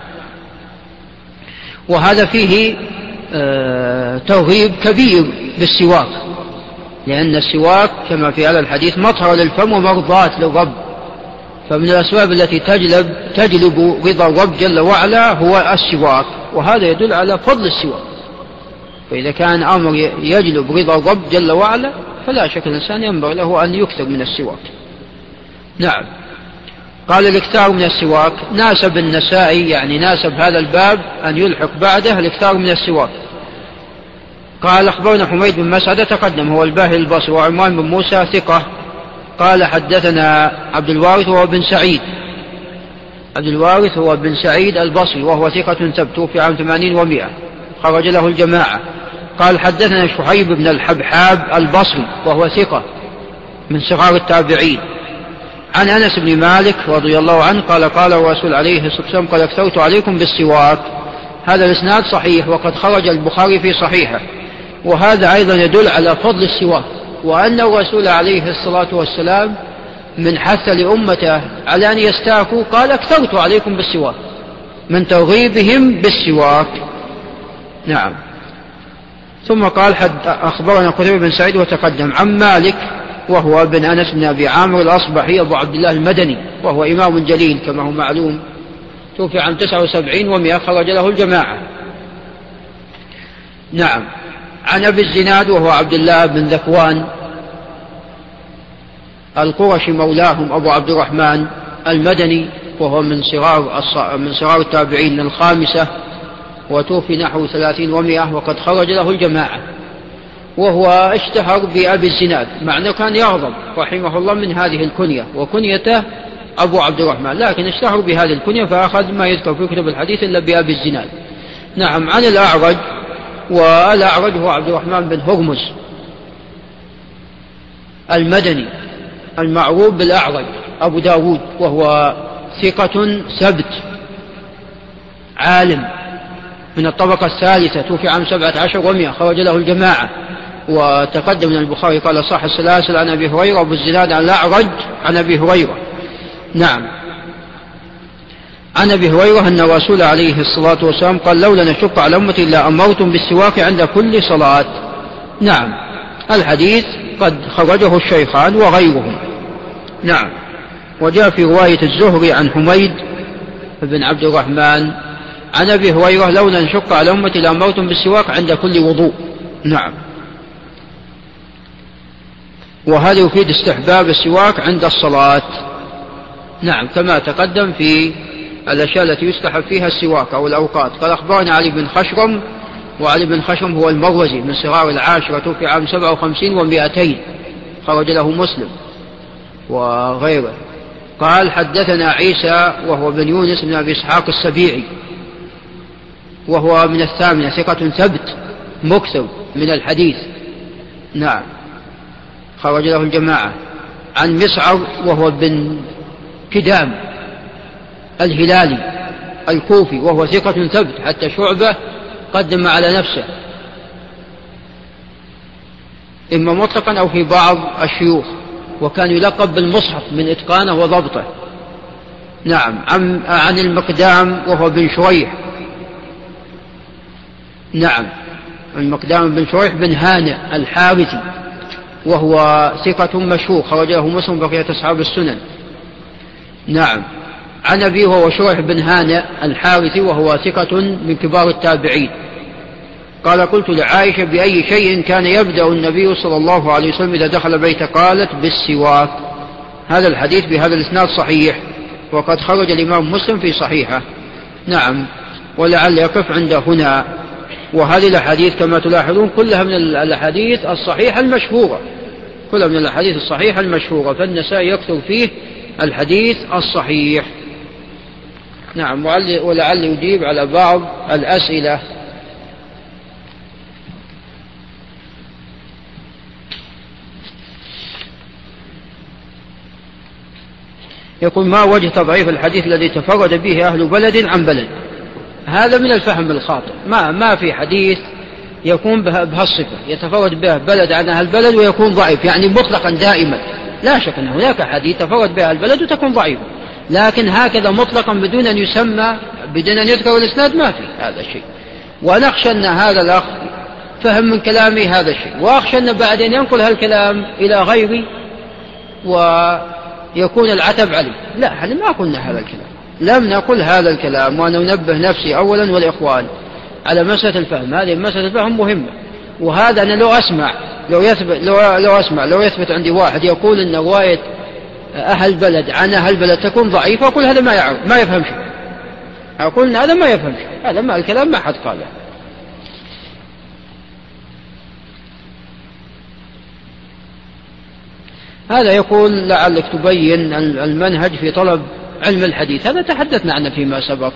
وهذا فيه آه ترغيب كبير بالسواك، لأن السواك كما في هذا الحديث مطهر للفم ومرضاة للرب، فمن الأسباب التي تجلب تجلب رضا الرب جل وعلا هو السواك، وهذا يدل على فضل السواك. فإذا كان أمر يجلب رضا الرب جل وعلا فلا شك الإنسان ينبغي له أن يكثر من السواك. نعم. قال الاكثار من السواك، ناسب النسائي يعني ناسب هذا الباب أن يلحق بعده الاكثار من السواك. قال أخبرنا حميد بن مسعدة تقدم هو الباهلي البصري، وعمران بن موسى ثقة. قال حدثنا عبد الوارث وهو بن سعيد عبد الوارث هو بن سعيد البصري وهو ثقة ثبت في عام ثمانين ومئة، خرج له الجماعة. قال حدثنا شحيب بن الحبحاب البصري وهو ثقة من صغار التابعين، عن أنس بن مالك رضي الله عنه قال قال الرسول عليه الصلاة والسلام قد أكثرت عليكم بالسواك. هذا الإسناد صحيح، وقد خرج البخاري في صحيحه، وهذا أيضا يدل على فضل السواك، وأن الرسول عليه الصلاة والسلام من حث لأمته على أن يستاكوا قال أكثرت عليكم بالسواك، من ترغيبهم بالسواك. نعم. ثم قال حد أخبرنا قتيبة بن سعيد وتقدم عن مالك وهو بن أنس بن أبي عامر الأصبحي أبو عبد الله المدني، وهو إمام جليل كما هو معلوم، توفي عام تسعة وسبعين ومئة، خرج له الجماعة. نعم. عن أبي الزناد وهو عبد الله بن ذكوان القرشي مولاهم أبو عبد الرحمن المدني، وهو من صغار من صغار التابعين الخامسة، وتوفي نحو ثلاثين ومئة، وقد خرج له الجماعة. وهو اشتهر بأبي الزناد، مع أنه كان يغضب رحمه الله من هذه الكنية، وكنيته أبو عبد الرحمن، لكن اشتهر بهذه الكنية فأخذ ما يذكر في كتب الحديث إلا بأبي الزناد. نعم. عن الأعرج، والأعرج هو عبد الرحمن بن هرمز المدني المعروف بالأعرج أبو داود، وهو ثقة ثبت عالم من الطبقة الثالثة، توفي عام سبعة عشر ومئة، خرج له الجماعة. وتقدم من البخاري قال صح السلاسل عن أبي هريرة، وابو الزناد عن الأعرج عن أبي هريرة. نعم. عن أبي هريرة أن الرسول عليه الصلاة والسلام قال لولا نشق على أمتي إلا أمرتم بالسواك عند كل صلاة. نعم. الحديث قد خرجه الشيخان وغيرهم. نعم. وجاء في رواية الزهري عن حميد بن عبد الرحمن عن أبي هريرة لولا نشق على أمتي لأمرتم بالسواك عند كل وضوء. نعم. وهذا يفيد استحباب السواك عند الصلاة. نعم، كما تقدم في الأشياء التي يستحب فيها السواك أو الأوقات. قال أخبرنا علي بن خشرم، وعلي بن خشرم هو المروزي من صغار العاشرة، في عام سبعة وخمسين ومئتين، خرج له مسلم وغيره. قال حدثنا عيسى وهو بن يونس بن أبي إسحاق السبيعي، وهو من الثامنة، ثقة ثبت مكثر من الحديث. نعم. خرج له الجماعة. عن مسعر وهو بن كدام الهلالي الكوفي، وهو ثقة ثبت، حتى شعبة قدم على نفسه إما مطلقا أو في بعض الشيوخ، وكان يلقب بالمصحف من إتقانه وضبطه. نعم. عن, عن المقدام وهو بن شريح. نعم. المقدام بن شريح بن هانئ الحارثي، وهو ثقة مشهور، خرج له مسلم بقية أصحاب السنن. نعم. عن أبيه وهو شريح بن هانئ الحارثي، وهو ثقة من كبار التابعين. قال قلت لعائشة بأي شيء كان يبدأ النبي صلى الله عليه وسلم إذا دخل بيته؟ قالت بالسواك. هذا الحديث بهذا الإسناد صحيح، وقد خرج الإمام مسلم في صحيحه. نعم، ولعل يقف عند هنا. وهذه الأحاديث كما تلاحظون كلها من الأحاديث الصحيحة المشهورة، كلها من الأحاديث الصحيحة المشهورة، فالنسائي يكثر فيه الحديث الصحيح. نعم، ولعل يجيب على بعض الأسئلة. يقول: ما وجه تضعيف الحديث الذي تفرد به أهل بلد عن بلد؟ هذا من الفهم الخاطئ. ما ما في حديث يكون بهالصفة يتفرد به بلد عن أهل البلد ويكون ضعيف، يعني مطلقا دائما. لا شك أن هناك حديث تفرد به البلد وتكون ضعيفة، لكن هكذا مطلقا بدون أن يسمى، بدون أن يذكر الإسناد، ما في هذا الشيء. ونخشى أن هذا الأخ فهم من كلامي هذا الشيء، وأخشى أن بعدين ينقل هالكلام إلى غيري ويكون العتب عليه. لا، احنا ما قلنا هذا الكلام، لم نقل هذا الكلام. وأنا أنبه نفسي أولا والإخوان على مسألة الفهم. هذه مسألة الفهم مهمة. وهذا أنا لو أسمع لو يثبت لو, لو أسمع لو يثبت عندي واحد يقول أن رواية أهل بلد عن أهل بلد تكون ضعيفة، أقول هذا ما يعرف ما يفهم شيء. أقول أن هذا ما يفهم شيء، هذا ما الكلام ما حد قاله. هذا يقول: لعلك تبين المنهج في طلب علم الحديث. هذا تحدثنا عنه فيما سبق.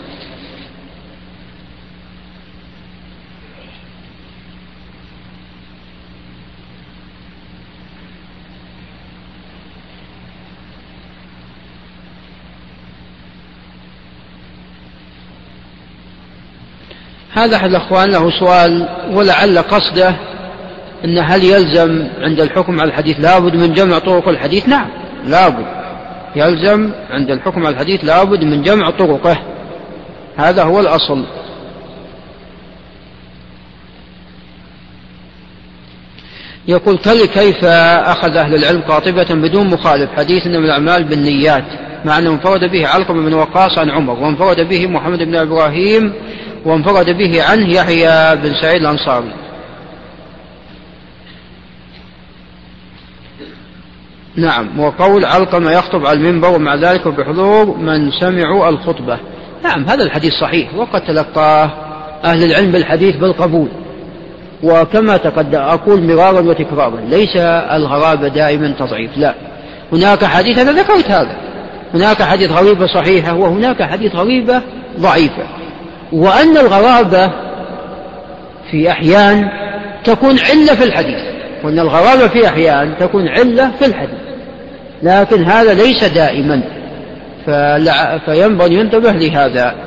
هذا أحد الأخوان له سؤال، ولعل قصده أن هل يلزم عند الحكم على الحديث لابد من جمع طرق الحديث؟ نعم، لابد، يلزم عند الحكم على الحديث لابد من جمع طرقه، هذا هو الأصل. يقول: كيف أخذ أهل العلم قاطبة بدون مخالف حديث إنما الأعمال بالنيات، مع أنه انفرد به علقمة بن وقاص عن عمر، وانفرد به محمد بن إبراهيم، وانفرد به عنه يحيى بن سعيد الأنصاري؟ نعم، وقول علقمة يخطب على المنبر ومع ذلك بحضور من سمعوا الخطبة. نعم، هذا الحديث صحيح، وقد تلقاه أهل العلم بالحديث بالقبول. وكما تقدم أقول مرارا وتكرارا، ليس الغرابة دائما تضعيف، لا، هناك حديث، أنا ذكرت هذا، هناك حديث غريبة صحيحة وهناك حديث غريبة ضعيفة. وأن الغرابة في أحيان تكون علة في الحديث، وأن الغرابة في أحيان تكون علة في الحديث، لكن هذا ليس دائما، فينبغي ينتبه لهذا.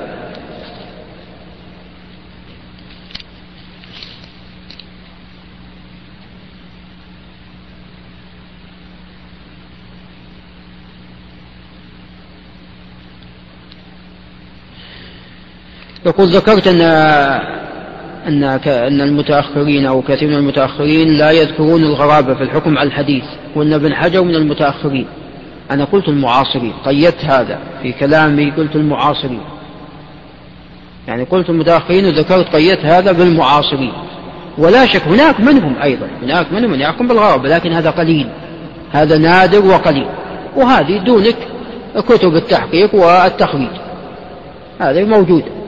يقول: ذكرت أن أن أن المتأخرين أو كثير من المتأخرين لا يذكرون الغرابة في الحكم على الحديث، وأن ابن حجر من المتأخرين. أنا قلت المعاصرين، قيدت هذا في كلامي، قلت المعاصرين، يعني قلت المتأخرين وذكرت قيدت هذا بالمعاصرين. ولا شك هناك منهم أيضا، هناك منهم من يحكم بالغرابة، لكن هذا قليل، هذا نادر وقليل. وهذه دونك كتب التحقيق والتخريج، هذه موجودة.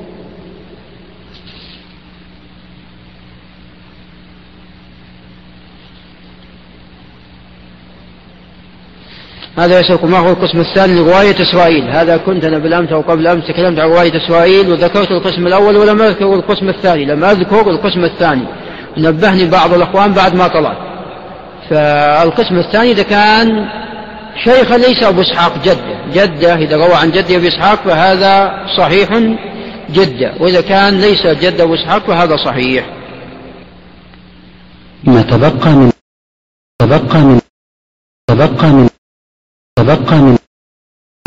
هذا يسألكم: ما هو القسم الثاني لرواية إسرائيل؟ هذا كنت أنا بالأمس أو قبل أمس تكلمت عن رواية إسرائيل وذكرت القسم الأول ولم أذكر القسم الثاني، لم أذكر القسم الثاني، نبهني بعض الأخوان بعد ما طلعت. فالقسم الثاني إذا كان شيخا ليس أبو إسحاق جده، جده إذا روى عن جده أبي إسحاق فهذا صحيح جده، وإذا كان ليس جده أبو إسحاق فهذا صحيح. ما تبقى من تبقى من تبقى من تبقى من